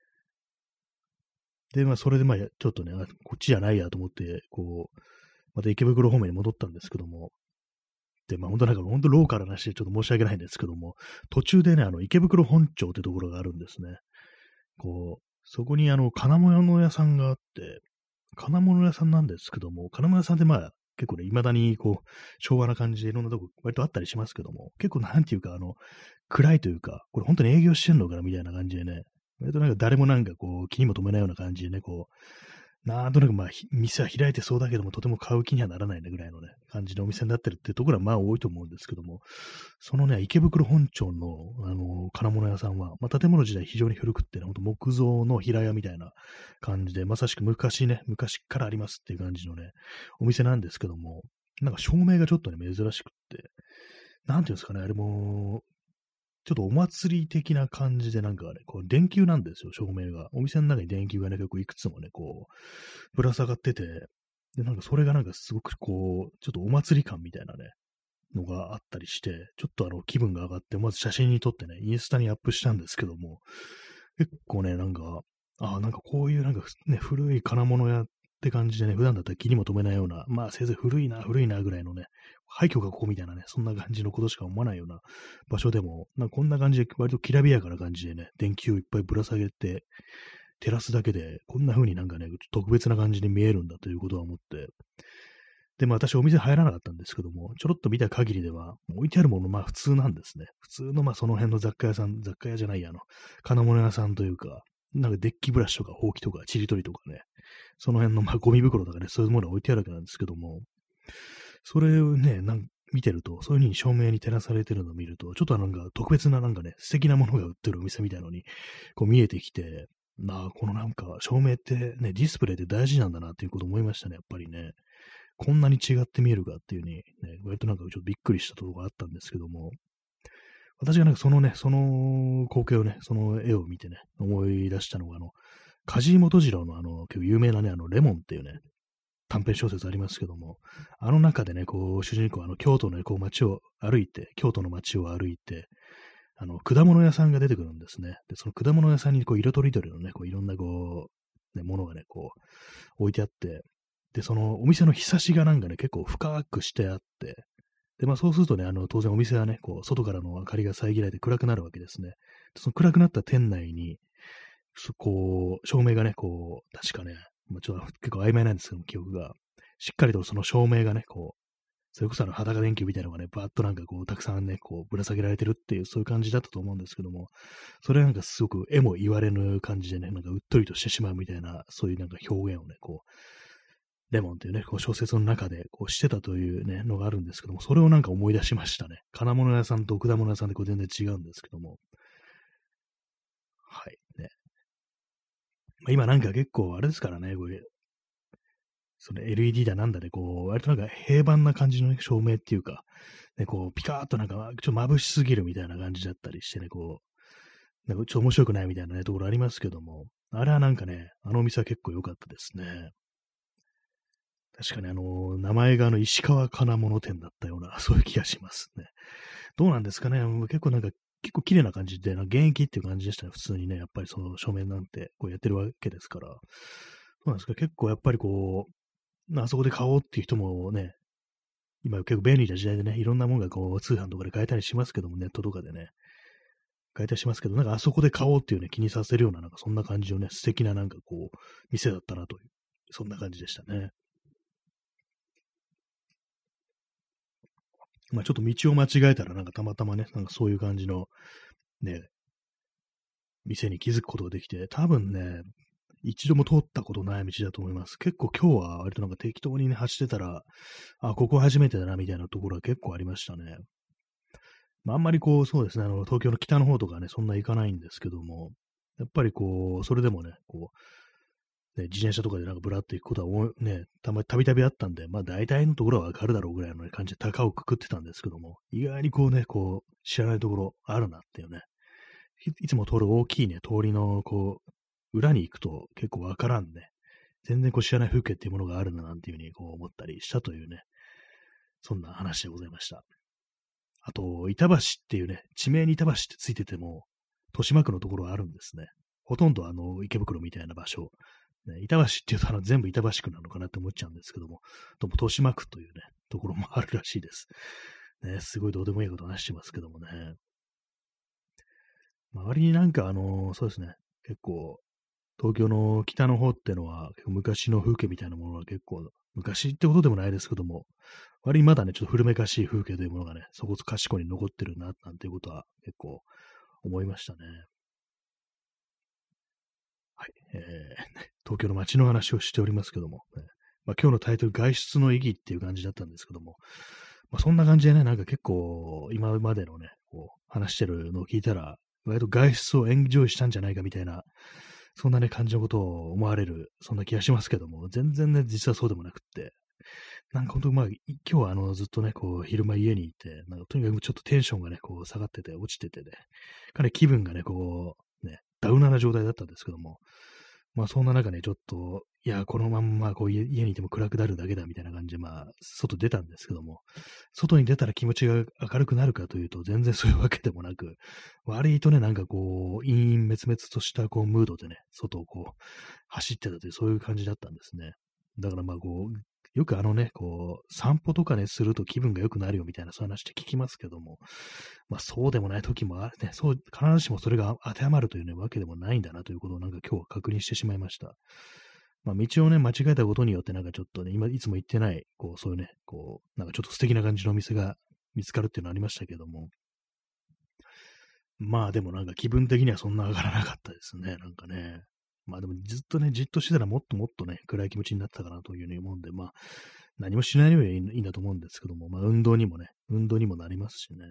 A: で、まあ、それでまあ、ちょっとね、あこっちじゃないやと思って、こう、また池袋方面に戻ったんですけども、で、まあ、本当なんか、本当ローカルな話でちょっと申し訳ないんですけども、途中でね、あの、池袋本町ってところがあるんですね。こう、そこにあの、金物屋さんがあって、金物屋さんなんですけども、金物屋さんってまあ、結構ね、未だにこう、昭和な感じでいろんなとこ割とあったりしますけども、結構なんていうか、あの、暗いというか、これ本当に営業してんのかなみたいな感じでね、割となんか誰もなんかこう、気にも留めないような感じでね、こう、なんとなくまあ、店は開いてそうだけども、とても買う気にはならないねぐらいのね、感じのお店になってるっていうところはまあ多いと思うんですけども、そのね、池袋本町の、あの、金物屋さんは、まあ、建物自体非常に古くってね、ほんと木造の平屋みたいな感じで、まさしく昔ね、昔からありますっていう感じのね、お店なんですけども、なんか照明がちょっとね、珍しくって、なんていうんですかね、あれも、ちょっとお祭り的な感じで、なんかね、こう、電球なんですよ、照明が。お店の中に電球がね、結構いくつもね、こう、ぶら下がってて、で、なんかそれがなんかすごくこう、ちょっとお祭り感みたいなね、のがあったりして、ちょっとあの気分が上がって、まず写真に撮ってね、インスタにアップしたんですけども、結構ね、なんか、ああ、なんかこういうなんかね、古い金物屋って感じでね、普段だったら気にも留めないような、まあせいぜい古いな、古いなぐらいのね、廃墟がここみたいなね、そんな感じのことしか思わないような場所でも、なんかこんな感じで割ときらびやかな感じでね、電球をいっぱいぶら下げて、照らすだけで、こんな風になんかね、特別な感じに見えるんだということは思って、で、まあ私お店入らなかったんですけども、ちょろっと見た限りでは、置いてあるもの、まあ普通なんですね。普通のまあその辺の雑貨屋さん、雑貨屋じゃないや、あの、金物屋さんというか、なんかデッキブラシとか、ほうきとか、ちりとりとかね、その辺のまあゴミ袋とかね、そういうものが置いてあるわけなんですけども、それをね、なん見てると、そういう風に照明に照らされてるのを見ると、ちょっとなんか特別ななんかね、素敵なものが売ってるお店みたいのに、こう見えてきて、なあ、このなんか照明ってね、ディスプレイって大事なんだなっていうことを思いましたね、やっぱりね。こんなに違って見えるかっていう風に、ね、割となんかちょっとびっくりしたところがあったんですけども、私がなんかそのね、その光景をね、その絵を見てね、思い出したのが、あの、梶井元次郎のあの、結構有名なね、あの、レモンっていうね、短編小説ありますけども、あの中でね、こう、主人公はあの、京都のね、こう街を歩いて、京都の街を歩いて、あの、果物屋さんが出てくるんですね。で、その果物屋さんにこう、色とりどりのね、こう、いろんなこう、ね、ものがね、こう、置いてあって、で、そのお店のひさしがなんかね、結構深くしてあって、で、まあそうするとね、あの、当然お店はね、こう、外からの明かりが遮られて暗くなるわけですね。でその暗くなった店内に、そこう、照明がね、こう、確かね、まあ、ちょっと結構曖昧なんですけども、記憶が。しっかりとその照明がね、こう、それこそあの裸電球みたいなのがね、バーッとなんかこう、たくさんね、こう、ぶら下げられてるっていう、そういう感じだったと思うんですけども、それなんかすごく絵も言われぬ感じでね、なんかうっとりとしてしまうみたいな、そういうなんか表現をね、こう、レモンっていうね、こう小説の中でこうしてたというね、のがあるんですけども、それをなんか思い出しましたね。金物屋さんと果物屋さんでこう全然違うんですけども、はい。ね。まあ、今なんか結構あれですからね、これ、その エルイーディー だなんだで、こう、割となんか平板な感じの、ね、照明っていうか、ね、こう、ピカーっとなんか、ちょっと眩しすぎるみたいな感じだったりしてね、こう、なんかちょっと面白くないみたいなね、ところありますけども、あれはなんかね、あのお店は結構良かったですね。確かにあの、名前があの、石川金物店だったような、そういう気がしますね。どうなんですかね、結構なんか、結構綺麗な感じで、なんか現役っていう感じでしたね、普通にね、やっぱりその正面なんてこうやってるわけですから。 そうなんですか、結構やっぱりこう、あそこで買おうっていう人もね、今結構便利な時代でね、いろんなものがこう、通販とかで買えたりしますけども、ネットとかでね、買えたりしますけど、なんかあそこで買おうっていうね、気にさせるような、なんかそんな感じのね、素敵ななんかこう、店だったなという、そんな感じでしたね。まあちょっと道を間違えたら、なんかたまたまね、なんかそういう感じの、ね、店に気づくことができて、多分ね、一度も通ったことない道だと思います。結構今日は割となんか適当にね、走ってたら、あ、ここ初めてだな、みたいなところは結構ありましたね。まあ、あんまりこう、そうですね、あの、東京の北の方とかね、そんな行かないんですけども、やっぱりこう、それでもね、こう、ね、自転車とかでなんかブラッと行くことはおいね、たま、たびたびあったんで、まあ大体のところはわかるだろうぐらいの、ね、感じで高をくくってたんですけども、意外にこうね、こう、知らないところあるなっていうね、いいつも通る大きいね、通りのこう、裏に行くと結構わからんね、全然こう知らない風景っていうものがあるななんていうふうにこう思ったりしたというね、そんな話でございました。あと、板橋っていうね、地名に板橋ってついてても、豊島区のところはあるんですね。ほとんどあの、池袋みたいな場所。ね、板橋っていうとあの全部板橋区なのかなって思っちゃうんですけども、どうも豊島区というね、ところもあるらしいです。ね、すごいどうでもいいこと話してますけどもね。周りになんかあの、そうですね、結構、東京の北の方ってのは、結構昔の風景みたいなものが結構、昔ってことでもないですけども、割にまだね、ちょっと古めかしい風景というものがね、そこそこ賢いに残ってるな、なんていうことは結構思いましたね。はい。えー、東京の街の話をしておりますけども、ね、まあ、今日のタイトル、外出の意義っていう感じだったんですけども、まあ、そんな感じでね、なんか結構、今までのね、こう、話してるのを聞いたら、割と外出をエンジョイしたんじゃないかみたいな、そんなね、感じのことを思われる、そんな気がしますけども、全然ね、実はそうでもなくって、なんか本当、まあ、い今日はあの、ずっとね、こう、昼間家にいて、なんかとにかくちょっとテンションがね、こう、下がってて、落ちててね、かなり気分がね、こう、ね、ダウナーな状態だったんですけども、まあそんな中ね、ちょっと、いや、このまんまこう家家にいても暗くなるだけだみたいな感じで、まあ、外出たんですけども、外に出たら気持ちが明るくなるかというと、全然そういうわけでもなく、割とね、なんかこう、陰々滅々としたこうムードでね、外をこう、走ってたという、そういう感じだったんですね。だからまあこう、よくあのね、こう、散歩とかね、すると気分が良くなるよみたいな、そういう話って聞きますけども、まあそうでもない時もあるね、そう、必ずしもそれが当てはまるというね、わけでもないんだなということをなんか今日は確認してしまいました。まあ道をね、間違えたことによってなんかちょっとね、今いつも行ってない、こう、そういうね、こう、なんかちょっと素敵な感じのお店が見つかるっていうのはありましたけども、まあでもなんか気分的にはそんな上がらなかったですね、なんかね。まあでもずっとね、じっとしてたらもっともっとね、暗い気持ちになってたかなというふうに思うんで、まあ何もしないよりはいいいいんだと思うんですけども、まあ運動にもね、運動にもなりますしね。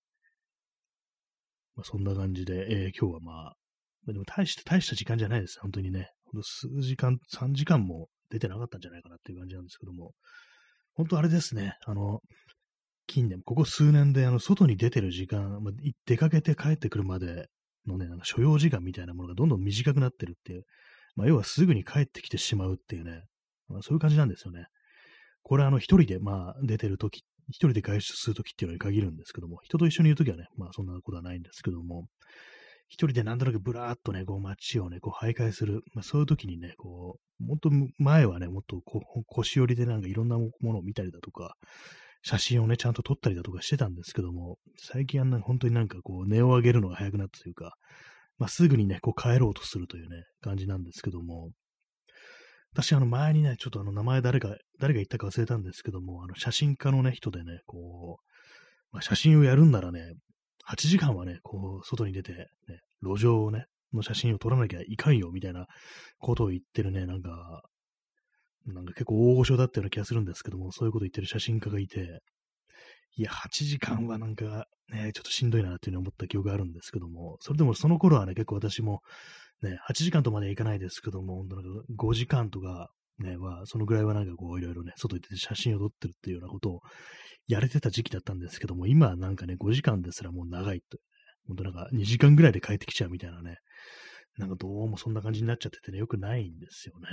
A: まあそんな感じで、えー今日はまあ、まあでも大して、大した時間じゃないです。本当にね。ほんと数時間、さんじかんも出てなかったんじゃないかなっていう感じなんですけども、本当あれですね。あの、近年、ここ数年で、あの、外に出てる時間、まあ、い出かけて帰ってくるまでのね、なんか所要時間みたいなものがどんどん短くなってるっていう、まあ、要はすぐに帰ってきてしまうっていうね、まあ、そういう感じなんですよね。これはあの、一人で、まあ、出てるとき、一人で外出するときっていうのに限るんですけども、人と一緒にいるときはね、まあ、そんなことはないんですけども、一人でなんとなくブラーっとね、こう街をね、こう徘徊する、まあ、そういう時にね、こう、もっと前はね、もっとこう腰寄りでなんかいろんなものを見たりだとか、写真をね、ちゃんと撮ったりだとかしてたんですけども、最近はな本当になんかこう、値を上げるのが早くなったというか、まあ、すぐにね、こう帰ろうとするというね、感じなんですけども、私、あの、前にね、ちょっとあの、名前誰か、誰が言ったか忘れたんですけども、あの、写真家のね、人でね、こう、まあ、写真をやるんならね、はちじかんはね、こう、外に出て、ね、路上をね、の写真を撮らなきゃいかんよ、みたいなことを言ってるね、なんか、なんか結構大御所だったような気がするんですけども、そういうこと言ってる写真家がいて、いや、はちじかんはなんか、ね、ちょっとしんどいなっていうふうに思った記憶があるんですけども、それでもその頃はね、結構私も、ね、はちじかんとまではいかないですけども、本当なんかごじかんとか、ね、は、そのぐらいはなんかこう、いろいろね、外に出て写真を撮ってるっていうようなことをやれてた時期だったんですけども、今はなんかね、ごじかんですらもう長いと。ほんとなんかにじかんぐらいで帰ってきちゃうみたいなね。なんかどうもそんな感じになっちゃっててね、よくないんですよね。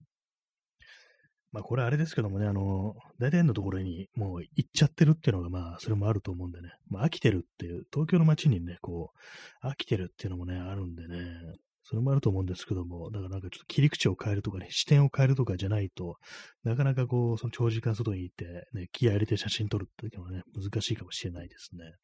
A: まあこれあれですけどもね、あの、大体のところにもう行っちゃってるっていうのがまあそれもあると思うんでね。まあ飽きてるっていう、東京の街にね、こう、飽きてるっていうのもね、あるんでね、 それもあると思うんですけども、だからなんかちょっと切り口を変えるとかね、視点を変えるとかじゃないと、なかなかこう、その長時間外にいて、ね、気合い入れて写真撮るっていうのはね、難しいかもしれないですね。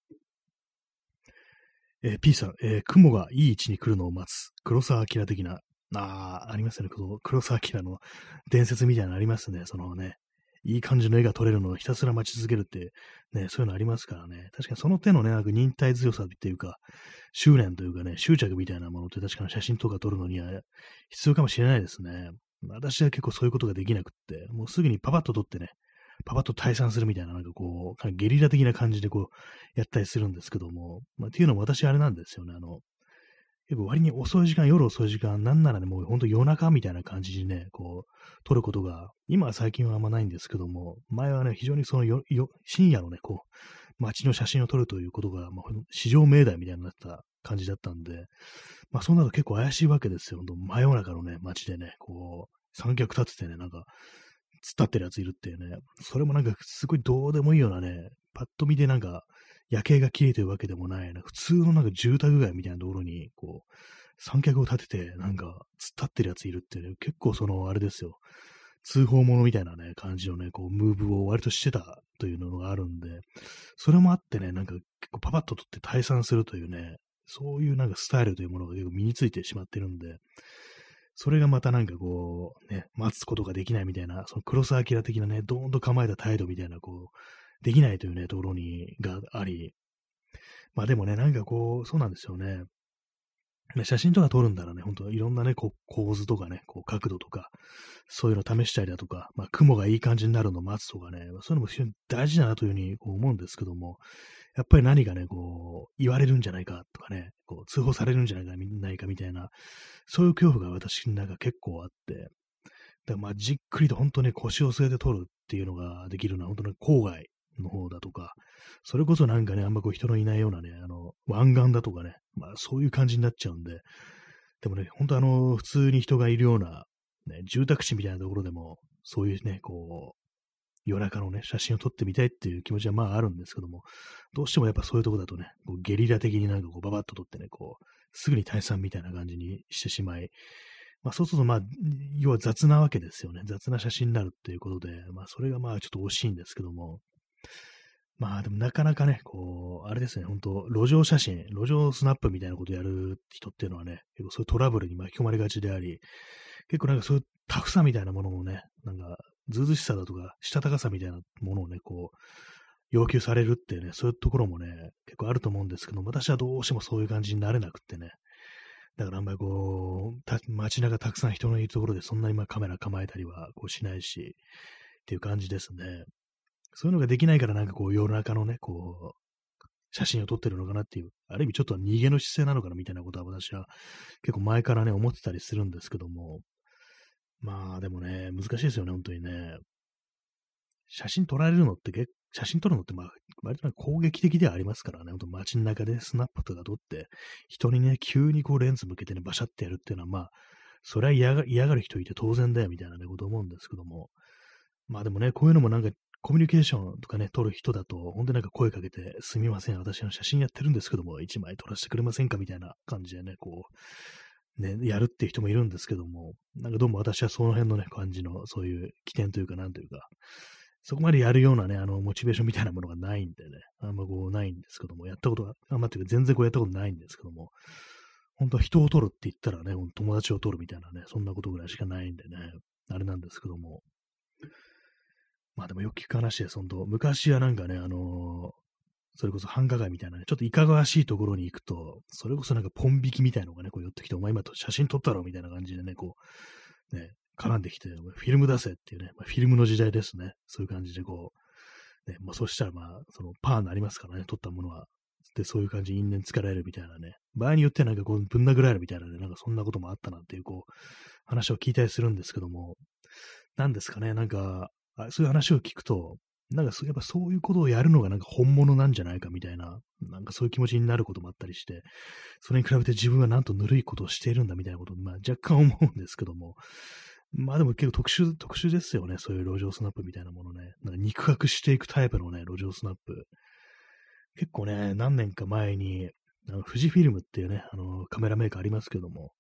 A: えー P さん、えー雲がいい位置に来るのを待つ。黒澤明的な。ああ、ありますね。この黒澤明の伝説みたいなのありますね。そのね、いい感じの絵が撮れるのをひたすら待ち続けるって、ね、そういうのありますからね。確かにその手のね、なんか忍耐強さっていうか、執念というかね、執着みたいなものって確かに写真とか撮るのには必要かもしれないですね。私は結構そういうことができなくって、もうすぐにパパッと撮ってね、パパッと退散するみたいな、なんかこう、かなりゲリラ的な感じでこう、やったりするんですけども、まあ、っていうのも私あれなんですよね、あの、結構割に遅い時間、夜遅い時間、なんならね、もうほんと夜中みたいな感じにね、こう、撮ることが、今は最近はあんまないんですけども、前はね、非常にそのよ、よ、深夜のね、こう、街の写真を撮るということが、まあ、至上命題みたいになった感じだったんで、まあ、そうなると結構怪しいわけですよ。ほんと真夜中のね、街でね、こう、三脚立ててね、なんか、突っ立ってるやついるっていうね、それもなんかすごいどうでもいいようなね、パッと見でなんか、夜景が綺麗というわけでもない、なんか普通のなんか住宅街みたいなところに、こう、三脚を立てて、なんか、突っ立ってるやついるっていうね、結構その、あれですよ、通報者みたいなね、感じのね、こう、ムーブを割としてたというのがあるんで、それもあってね、なんか結構パパッと取って退散するというね、そういうなんかスタイルというものが結構身についてしまってるんで、それがまたなんかこう、ね、待つことができないみたいな、その黒澤明的なね、ドーンと構えた態度みたいな、こう、できないというね、ところに、があり、まあでもね、なんかこう、そうなんですよね。ね写真とか撮るんだらね、ほんといろんなね、こう構図とかね、こう角度とか、そういうの試したりだとか、まあ雲がいい感じになるのを待つとかね、まあそういうのも非常に大事だなというふうにこう思うんですけども、やっぱり何かね、こう、言われるんじゃないかとかね、こう通報されるんじゃないかみないかみたいな、そういう恐怖が私の中結構あって、だからまあじっくりと本当に腰を据えて撮るっていうのができるのは本当に郊外の方だとか、それこそなんかね、あんまこう人のいないようなね、あの、湾岸だとかね、まあそういう感じになっちゃうんで、でもね、本当あの、普通に人がいるような、ね、住宅地みたいなところでも、そういうね、こう、夜中のね、写真を撮ってみたいっていう気持ちはまああるんですけども、どうしてもやっぱそういうとこだとね、こうゲリラ的になんかこうババッと撮ってね、こう、すぐに退散みたいな感じにしてしまい、まあそうするとまあ、要は雑なわけですよね。雑な写真になるっていうことで、まあそれがまあちょっと惜しいんですけども、まあでもなかなかね、こう、あれですね、本当路上写真、路上スナップみたいなことやる人っていうのはね、結構そういうトラブルに巻き込まれがちであり、結構なんかそういうタフさみたいなものもね、なんか、ずうずうしさだとか、したたかさみたいなものをね、こう、要求されるっていうね、そういうところもね、結構あると思うんですけど、私はどうしてもそういう感じになれなくってね、だからあんまりこう、た街中たくさん人のいるところでそんなにまあカメラ構えたりはこうしないし、っていう感じですね。そういうのができないからなんかこう夜中のね、こう、写真を撮ってるのかなっていう、ある意味ちょっと逃げの姿勢なのかなみたいなことは私は結構前からね、思ってたりするんですけども、まあでもね、難しいですよね、本当にね。写真撮られるのって結写真撮るのってまあ、割と攻撃的ではありますからね、ほんと街中でスナップとか撮って、人にね、急にこうレンズ向けてね、バシャってやるっていうのはまあ、それは嫌が嫌がる人いて当然だよみたいなね、こと思うんですけども、まあでもね、こういうのもなんかコミュニケーションとかね、撮る人だと、本当になんか声かけて、すみません、私の写真やってるんですけども、一枚撮らせてくれませんかみたいな感じでね、こう、ね、やるっていう人もいるんですけども、なんかどうも私はその辺のね、感じの、そういう起点というか、なんというか、そこまでやるようなね、あの、モチベーションみたいなものがないんでね、あんまこうないんですけども、やったことが、あんまっていうか全然こうやったことないんですけども、本当は人を撮るって言ったらね、友達を撮るみたいなね、そんなことぐらいしかないんでね、あれなんですけども、まあでもよく聞く話です、本当昔はなんかね、あのーそれこそ繁華街みたいなね、ちょっといかがわしいところに行くと、それこそなんかポン引きみたいなのがね、こう寄ってきて、お前今写真撮ったろみたいな感じでね、こう、ね、絡んできて、フィルム出せっていうね、まあ、フィルムの時代ですね。そういう感じでこう、ね、まあそしたらまあ、そのパーになりますからね、撮ったものは。で、そういう感じで因縁つけられるみたいなね。場合によってはなんかこう、ぶん殴られるみたいなね、なんかそんなこともあったなんていうこう、話を聞いたりするんですけども、なんですかね、なんか、あそういう話を聞くと、なんかそうやっぱそういうことをやるのがなんか本物なんじゃないかみたいな、なんかそういう気持ちになることもあったりして、それに比べて自分はなんとぬるいことをしているんだみたいなことを、まあ、若干思うんですけども、まあでも結構特殊、特殊ですよね、そういう路上スナップみたいなものね。なんか肉薄していくタイプのね、路上スナップ。結構ね、何年か前に、あの富士フィルムっていうね、あのカメラメーカーありますけども、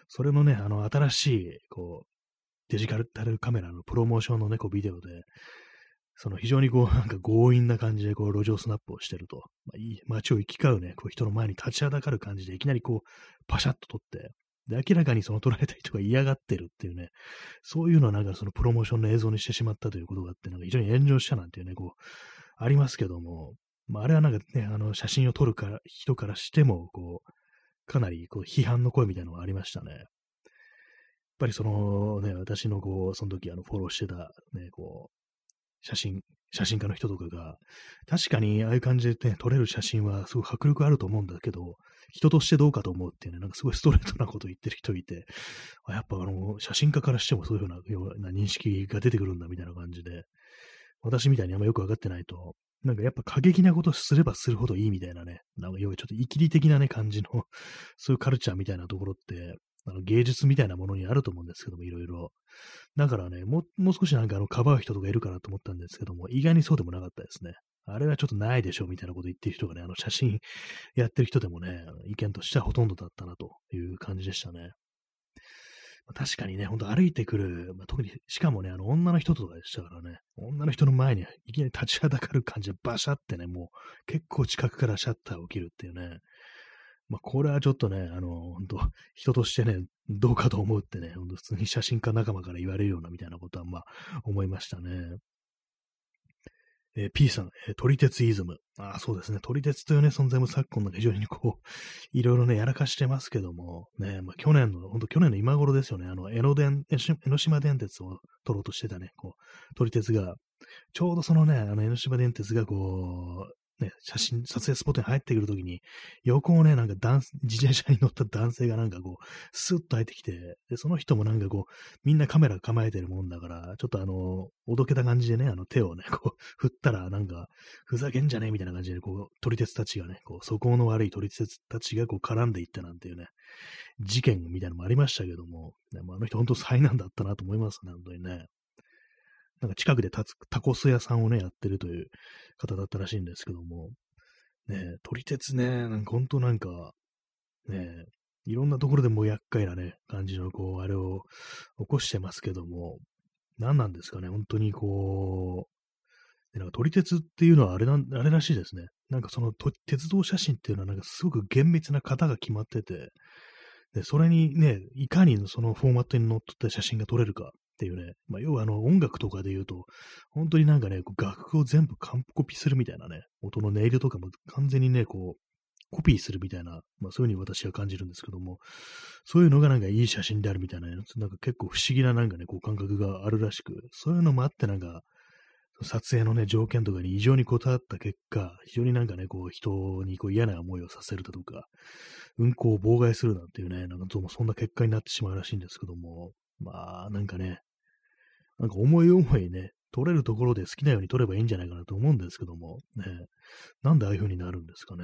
A: それのね、あの、新しい、こう、デジタルカメラのプロモーションのね、こう、ビデオで、その非常にこう、なんか強引な感じで、こう、路上スナップをしてると、まあ、いい街を行き交うね、こう、人の前に立ちはだかる感じで、いきなりこう、パシャッと撮って、で、明らかにその撮られた人が嫌がってるっていうね、そういうのをなんかそのプロモーションの映像にしてしまったということがあって、なんか非常に炎上したなんていうね、こう、ありますけども、まあ、あれはなんかね、あの、写真を撮るから人からしても、こう、かなりこう批判の声みたいなのがありましたね。やっぱりそのね、私のこう、その時あのフォローしてたね、こう、写真、写真家の人とかが、確かにああいう感じでね、撮れる写真はすごい迫力あると思うんだけど、人としてどうかと思うっていうね、なんかすごいストレートなことを言ってる人いて、あやっぱあの、写真家からしてもそういうふうなような認識が出てくるんだみたいな感じで、私みたいにあんまよくわかってないと、なんかやっぱ過激なことすればするほどいいみたいなね、なんか要はちょっとイキリ的なね、感じのそういうカルチャーみたいなところって、あの芸術みたいなものにあると思うんですけども、いろいろ。だからね、もう、もう少しなんかあの、かばう人とかいるかなと思ったんですけども、意外にそうでもなかったですね。あれはちょっとないでしょ、みたいなこと言ってる人がね、あの、写真やってる人でもね、意見としてはほとんどだったなという感じでしたね。まあ確かにね、ほんと歩いてくる、まあ、特に、しかもね、あの、女の人とかでしたからね、女の人の前にいきなり立ちはだかる感じでバシャってね、もう結構近くからシャッターを切るっていうね、まあ、これはちょっとね、あの、本当人としてね、どうかと思うってね、ほんと普通に写真家仲間から言われるようなみたいなことは、まあ、思いましたね。えー P さん、えー撮り鉄イズム。ああ、そうですね。撮り鉄というね、存在も昨今の非常にこう、いろいろね、やらかしてますけども、ね、まあ、去年の、本当去年の今頃ですよね、あの、江ノ電、江ノ島江ノ島電鉄を撮ろうとしてたね、こう、撮り鉄が、ちょうどそのね、あの、江ノ島電鉄がこう、ね、写真、撮影スポットに入ってくるときに、横をね、なんか男、自転車に乗った男性がなんかこう、スッと入ってきて、で、その人もなんかこう、みんなカメラ構えてるもんだから、ちょっとあの、おどけた感じでね、あの手をね、こう、振ったら、なんか、ふざけんじゃねえみたいな感じで、こう、撮り鉄たちがね、こう、素行の悪い撮り鉄たちがこう、絡んでいったなんていうね、事件みたいなのもありましたけども、ね、まあ、あの人本当災難だったなと思いますね、本当にね。なんか近くでタツタコス屋さんをね、やってるという方だったらしいんですけども、ね、撮り鉄ね、なんか本当なんか、ね、いろんなところでもう厄介なね、感じのこう、あれを起こしてますけども、何なんですかね、本当にこう、でなんか撮り鉄っていうのはあれなん、あれらしいですね。なんかそのと鉄道写真っていうのはなんかすごく厳密な型が決まってて、で、それにね、いかにそのフォーマットにのっとった写真が撮れるかっていうね、まあ、要はあの音楽とかで言うと、本当になんかね、こう楽譜を全部完コピするみたいなね、音の音色とかも完全にね、こう、コピーするみたいな、まあそういうふうに私は感じるんですけども、そういうのがなんかいい写真であるみたいな、なんか結構不思議ななんかね、こう感覚があるらしく、そういうのもあってなんか、撮影のね、条件とかに異常にこだわった結果、非常になんかね、こう人にこう嫌な思いをさせるだとか、運行を妨害するなんていうね、なんかどうもそんな結果になってしまうらしいんですけども、まあ、なんかね、なんか思い思いね、撮れるところで好きなように撮ればいいんじゃないかなと思うんですけども、ね、なんでああいう風になるんですかね。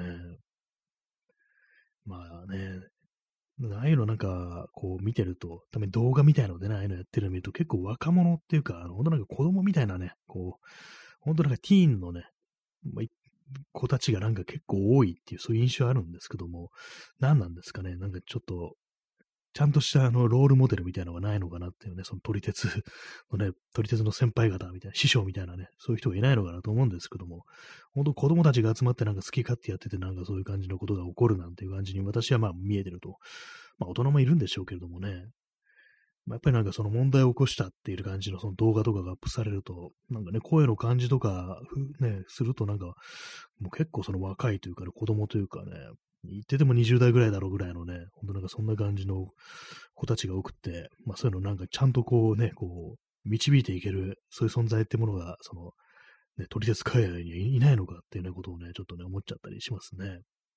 A: まあね、ああいうのなんか、こう見てると、たまに動画みたいのでね、ああいうのやってるの見ると結構若者っていうか、あの、本当なんか子供みたいなね、こう、本当なんかティーンのね、まあ、い子たちがなんか結構多いっていう、そういう印象あるんですけども、何なんですかね、なんかちょっと、ちゃんとしたあの、ロールモデルみたいなのがないのかなっていうね、その撮り鉄のね、撮り鉄の先輩方みたいな、師匠みたいなね、そういう人がいないのかなと思うんですけども、本当子供たちが集まってなんか好き勝手やってて、なんかそういう感じのことが起こるなんていう感じに私はまあ見えてると。まあ大人もいるんでしょうけれどもね、まあ、やっぱりなんかその問題を起こしたっていう感じのその動画とかがアップされると、なんかね、声の感じとか、ふね、するとなんか、もう結構その若いというかね、子供というかね、言っててもにじゅう代ぐらいだろうぐらいのね、ほんとなんかそんな感じの子たちが多くって、まあそういうのなんかちゃんとこうね、こう、導いていける、そういう存在ってものが、その、ね、取り鉄海外にはいないのかっていうね、ことをね、ちょっとね、思っちゃったりしますね。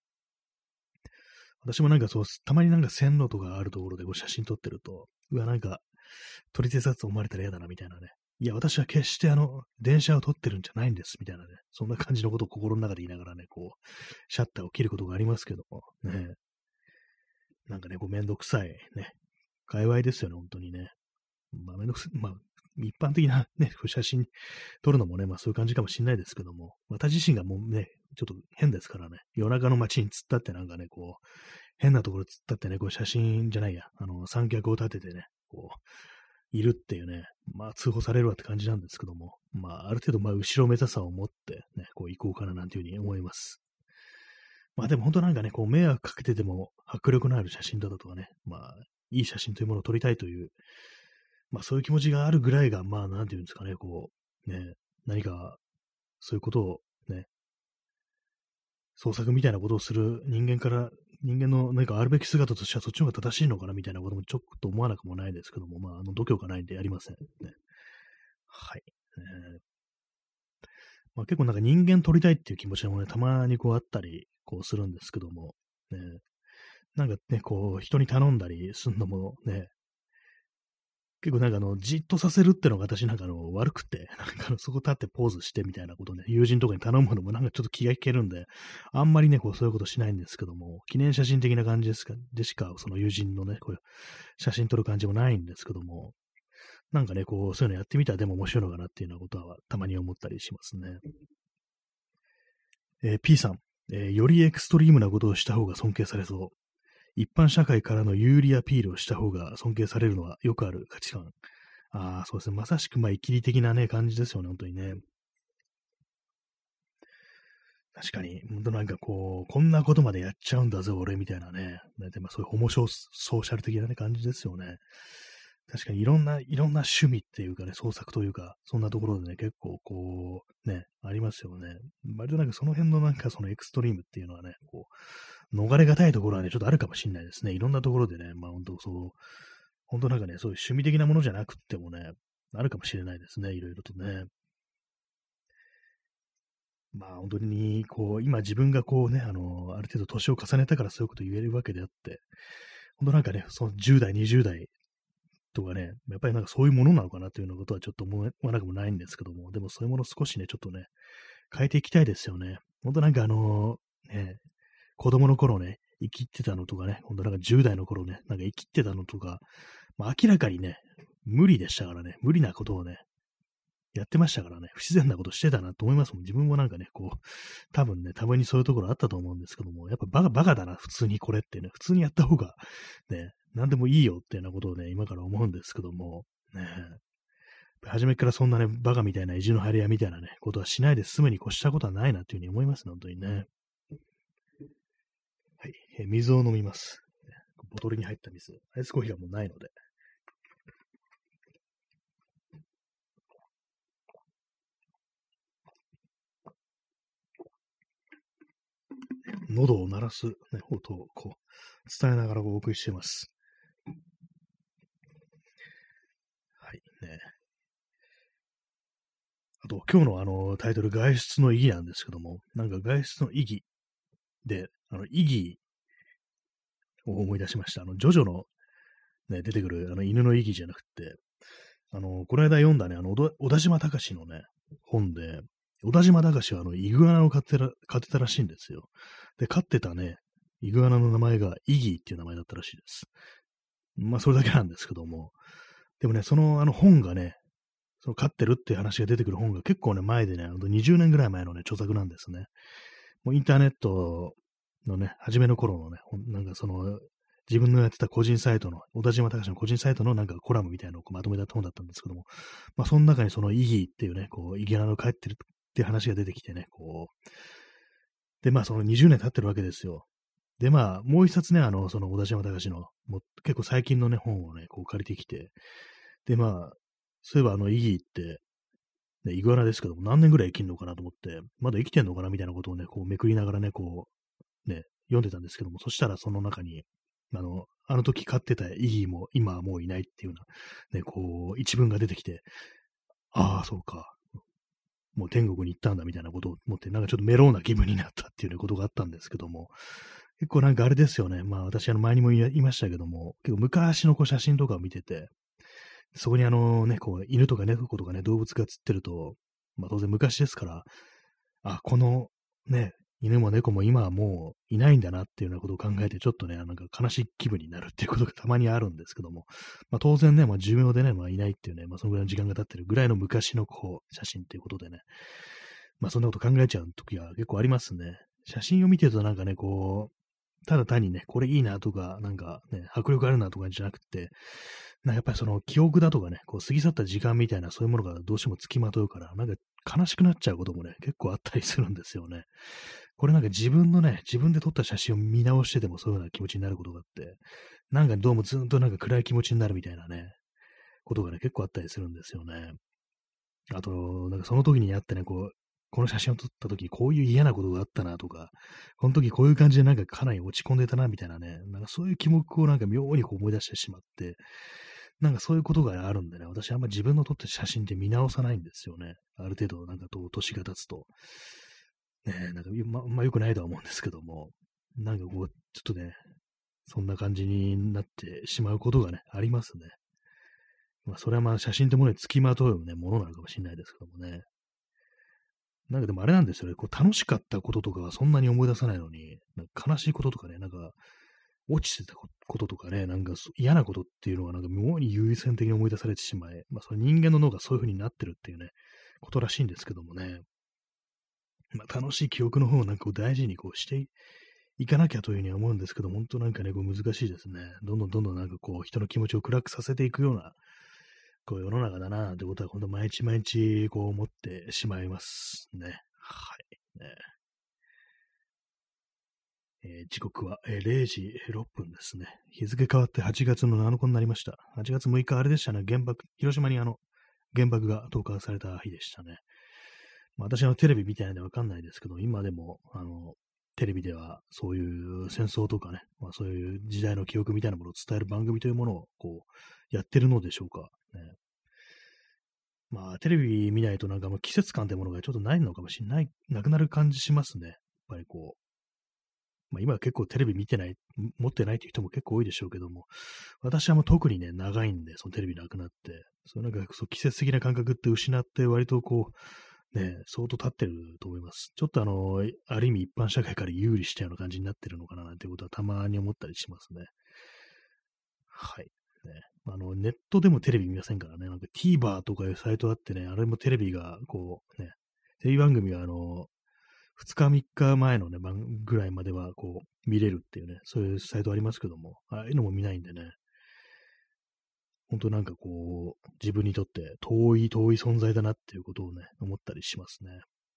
A: 私もなんかそう、たまになんか線路とかあるところでこう写真撮ってると、うわ、なんか、撮り鉄だと思われたら嫌だな、みたいなね。いや、私は決してあの、電車を撮ってるんじゃないんです、みたいなね。そんな感じのことを心の中で言いながらね、こう、シャッターを切ることがありますけども、ね。なんかね、こう、めんどくさい、ね。界隈ですよね、本当にね。まあ、めんどくさい、まあ、一般的なね、写真撮るのもね、まあそういう感じかもしれないですけども、私自身がもうね、ちょっと変ですからね、夜中の街に突っ立ってなんかね、こう、 変なところ突っ立ってね、こう写真じゃないや、あの、三脚を立ててね、こう、いるっていうね、まあ通報されるわって感じなんですけども、まあある程度まあ後ろめたさを持ってね、こう行こうかななんていうふうに思います。まあでも本当なんかね、こう迷惑かけてても迫力のある写真だとかね、まあいい写真というものを撮りたいという、まあそういう気持ちがあるぐらいが、まあなんていうんですかね、こう、ね、何かそういうことをね、創作みたいなことをする人間から、人間の何かあるべき姿としてはそっちの方が正しいのかなみたいなこともちょっと思わなくもないですけども、まあ、あの度胸がないんでやりませんね。はい。えーまあ、結構なんか人間撮りたいっていう気持ちもね、たまにこうあったり、こうするんですけども、ね、なんかね、こう人に頼んだりするのもね、結構なんかあの、じっとさせるってのが私なんかあの、悪くて、なんかあのそこ立ってポーズしてみたいなことね、友人とかに頼むのもなんかちょっと気が引けるんで、あんまりね、こうそういうことしないんですけども、記念写真的な感じですか、でしか、その友人のね、こういう写真撮る感じもないんですけども、なんかね、こう、そういうのやってみたらでも面白いのかなっていうようなことはたまに思ったりしますね。えー P さん、えーよりエクストリームなことをした方が尊敬されそう。一般社会からの有利アピールをした方が尊敬されるのはよくある価値観。ああ、そうですね。まさしく、まあ、生きり的なね、感じですよね、本当にね。確かに、本当なんかこう、こんなことまでやっちゃうんだぜ、俺、みたいなね。だいたいまあそういうホモソーソーシャル的な、ね、感じですよね。確かにいろんな、いろんな趣味っていうかね、創作というか、そんなところでね、結構こう、ね、ありますよね。割となんかその辺のなんかそのエクストリームっていうのはね、こう、逃れがたいところはね、ちょっとあるかもしれないですね。いろんなところでね、まあ本当そう、本当なんかね、そういう趣味的なものじゃなくってもね、あるかもしれないですね、いろいろとね。まあ本当に、こう、今自分がこうね、あの、ある程度年を重ねたからそういうこと言えるわけであって、本当なんかね、そのじゅう代、にじゅう代とかね、やっぱりなんかそういうものなのかなというようなことはちょっと思わなくもないんですけども、でもそういうものを少しね、ちょっとね、変えていきたいですよね。本当なんかあのね、子供の頃ね、生きってたのとかね、本当なんかじゅう代の頃ね、なんか生きってたのとか、まあ、明らかにね、無理でしたからね、無理なことをね、やってましたからね、不自然なことしてたなと思いますもん。自分もなんかね、こう、多分ね、たまにそういうところあったと思うんですけども、やっぱバカ、バカだな、普通にこれってね、普通にやった方が、ね、なんでもいいよっていうようなことをね、今から思うんですけども、ね、初めからそんなね、バカみたいな意地の張り合いみたいなね、ことはしないで済むに越したことはないなっていうふうに思いますね、本当にね。はい、え水を飲みます。ボトルに入った水。アイスコーヒーがもうないので。喉を鳴らす、ね、音をこう伝えながらお送りしています。はいね。あと、今日のあのタイトル、外出の意義なんですけども、なんか外出の意義で、あの意義を思い出しました。あの、ジョジョの、ね、出てくるあの犬の意義じゃなくて、あの、この間読んだね、あの、小田島隆のね、本で、小田島隆はあの、イグアナを飼ってら飼ってたらしいんですよ。で、飼ってたね、イグアナの名前がイギーっていう名前だったらしいです。まあ、それだけなんですけども。でもね、そのあの本がね、その飼ってるっていう話が出てくる本が結構ね、前でね、にじゅうねんぐらい前のね、著作なんですね。もうインターネットのね、初めの頃のね、なんかその、自分のやってた個人サイトの、小田島隆の個人サイトのなんかコラムみたいなのをまとめた本だったんですけども、まあその中にその意義っていうね、こう、イギアナの帰ってるっていう話が出てきてね、こう、で、まあそのにじゅうねん経ってるわけですよ。で、まあ、もう一冊ね、あの、その小田島隆の、もう結構最近のね、本をね、こう借りてきて、で、まあ、そういえばあの、イギーって、ね、イグアナですけども、何年ぐらい生きるのかなと思って、まだ生きてんのかなみたいなことをね、こうめくりながらね、こう、ね、読んでたんですけども、そしたらその中に、あの、あの時飼ってたイギーも今はもういないっていうような、ね、こう、一文が出てきて、ああ、そうか。もう天国に行ったんだみたいなことを思って、なんかちょっとメローな気分になったっていうね、ことがあったんですけども、結構なんかあれですよね。まあ私、あの前にも言いましたけども、結構昔のこう写真とかを見てて、そこにあのね、こう犬とか猫とかね、動物が写ってると、まあ当然昔ですから、あ、このね、犬も猫も今はもういないんだなっていうようなことを考えて、ちょっとね、なんか悲しい気分になるっていうことがたまにあるんですけども、まあ当然ね、まあ寿命でね、まあいないっていうね、まあそのぐらいの時間が経ってるぐらいの昔のこう写真っていうことでね、まあそんなこと考えちゃう時は結構ありますね。写真を見てるとなんかね、こう、 ただ単にね、これいいなとか、なんかね、迫力あるなとかじゃなくて、なんかやっぱりその記憶だとかね、こう過ぎ去った時間みたいなそういうものがどうしてもつきまとうから、なんか悲しくなっちゃうこともね、結構あったりするんですよね。これなんか自分のね、自分で撮った写真を見直しててもそういうような気持ちになることがあって、なんかどうもずっとなんか暗い気持ちになるみたいなね、ことがね、結構あったりするんですよね。あと、なんかその時にあってね、こう、この写真を撮った時こういう嫌なことがあったなとか、この時こういう感じでなんかかなり落ち込んでたなみたいなね、なんかそういう気目をなんか妙にこう思い出してしまって、なんかそういうことがあるんでね、私あんま自分の撮った写真って見直さないんですよね。ある程度なんかと年が経つと。ね、なんかま、まあ良くないとは思うんですけども、なんかこう、ちょっとね、そんな感じになってしまうことがね、ありますね。まあそれはまあ写真ってものに付きまとうね、ものなのかもしれないですけどもね。なんかでもあれなんですよね、こう楽しかったこととかはそんなに思い出さないのに、なんか悲しいこととかね、なんか落ちてたこととかね、なんか嫌なことっていうのはなんか妙に優先的に思い出されてしまい、まあそれ人間の脳がそういう風になってるっていうね、ことらしいんですけどもね、まあ楽しい記憶の方をなんかこう大事にこうしていかなきゃというふうには思うんですけど、本当なんかね、こう難しいですね。どんどんどんどんなんかこう人の気持ちを暗くさせていくような、こう世の中だな、ということは本当毎日毎日こう思ってしまいますね。はい。ねえー時刻は、えーれいじろっぷんですね。日付変わってはちがつのなのかになりました。はちがつむいか、あれでしたね。原爆、広島にあの、原爆が投下された日でしたね。まあ、私はテレビ見てないんでわかんないですけど、今でも、あの、テレビではそういう戦争とかね、まあ、そういう時代の記憶みたいなものを伝える番組というものをこう、やってるのでしょうか。ね、まあ、テレビ見ないとなんかもう季節感というものがちょっとないのかもしれない、なくなる感じしますね。やっぱりこう、まあ、今は結構テレビ見てない、持ってないという人も結構多いでしょうけども、私はもう特にね、長いんで、そのテレビなくなって、そうなんかそう季節的な感覚って失って、割とこう、ね、相当経ってると思います。ちょっとあの、ある意味一般社会から有利したような感じになってるのかななんていうことはたまに思ったりしますね。はい。ね、あの、ネットでもテレビ見ませんからね、なんか TVer とかいうサイトあってね、あれもテレビがこう、ね、テレビ番組があの、ふつかみっかまえのね、番ぐらいまではこう、見れるっていうね、そういうサイトありますけども、ああいうのも見ないんでね、本当なんかこう、自分にとって遠い遠い存在だなっていうことをね、思ったりしますね。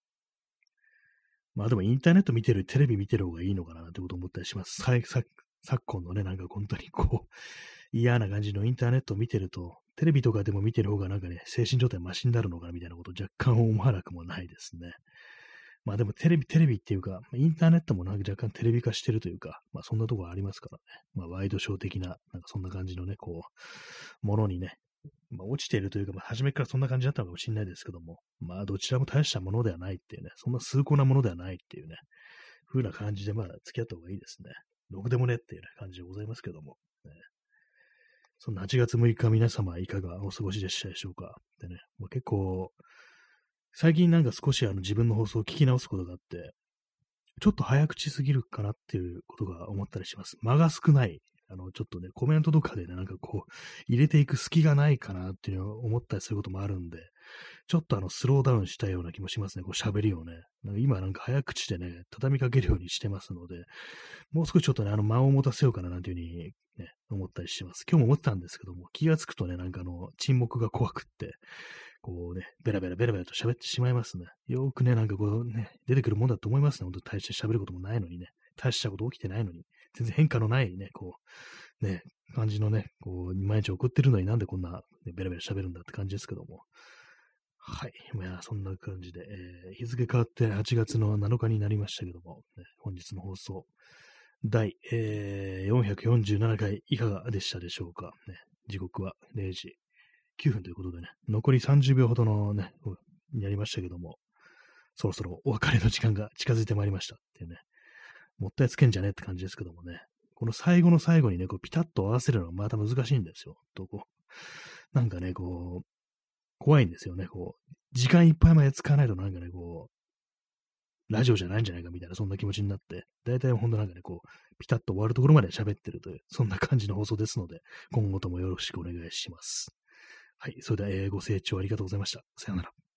A: まあでもインターネット見てる、テレビ見てる方がいいのかなってことを思ったりします。さいさ昨今のね、なんか本当にこう、嫌な感じのインターネットを見てると、テレビとかでも見てる方がなんかね、精神状態マシになるのかなみたいなことを若干思わなくもないですね。まあでもテレビ、テレビっていうか、インターネットもなんか若干テレビ化してるというか、まあそんなところありますからね。まあワイドショー的な、なんかそんな感じのね、こう、ものにね、まあ落ちているというか、まあ初めからそんな感じだったのかもしれないですけども、まあどちらも大したものではないっていうね、そんな崇高なものではないっていうね、風な感じでまあ付き合った方がいいですね。ろくでもねっていう、ね、感じでございますけども。ね、そんなはちがつむいか皆様いかがお過ごしでしたでしょうか。でね、もう結構、最近なんか少しあの自分の放送を聞き直すことがあって、ちょっと早口すぎるかなっていうことが思ったりします。間が少ない。あの、ちょっとね、コメントとかでね、なんかこう、入れていく隙がないかなっていうのを思ったりすることもあるんで、ちょっとあの、スローダウンしたような気もしますね。こう、喋りをね。なんか今なんか早口でね、畳みかけるようにしてますので、もう少しちょっとね、あの、間を持たせようかななんていうふうにね、思ったりします。今日も思ってたんですけども、気がつくとね、なんかあの、沈黙が怖くって、こうね、ベラベラベラベラと喋ってしまいますね。よくね、なんかこうね、出てくるもんだと思いますね。本当大して喋ることもないのにね。大したこと起きてないのに。全然変化のないね、こう、ね、感じのね、こう、毎日送ってるのになんでこんな、ね、ベラベラ喋るんだって感じですけども。はい。まあ、そんな感じで、えー、日付変わってはちがつのなのかになりましたけども、ね、本日の放送、第、えー、よんひゃくよんじゅうななかいいかがでしたでしょうか。ね、時刻はれいじきゅうふんということでね、残りさんじゅうびょうほどのね、になりましたけども、そろそろお別れの時間が近づいてまいりましたっていうね、もったいつけんじゃねって感じですけどもね、この最後の最後にね、こうピタッと合わせるのがまた難しいんですよ。とこうなんかね、こう、怖いんですよね。こう、時間いっぱいまで使わないとなんかね、こう、ラジオじゃないんじゃないかみたいな、そんな気持ちになって、だいたいほんとなんかね、こう、ピタッと終わるところまで喋ってるという、そんな感じの放送ですので、今後ともよろしくお願いします。はい。それでは、えーご清聴ありがとうございました。さようなら。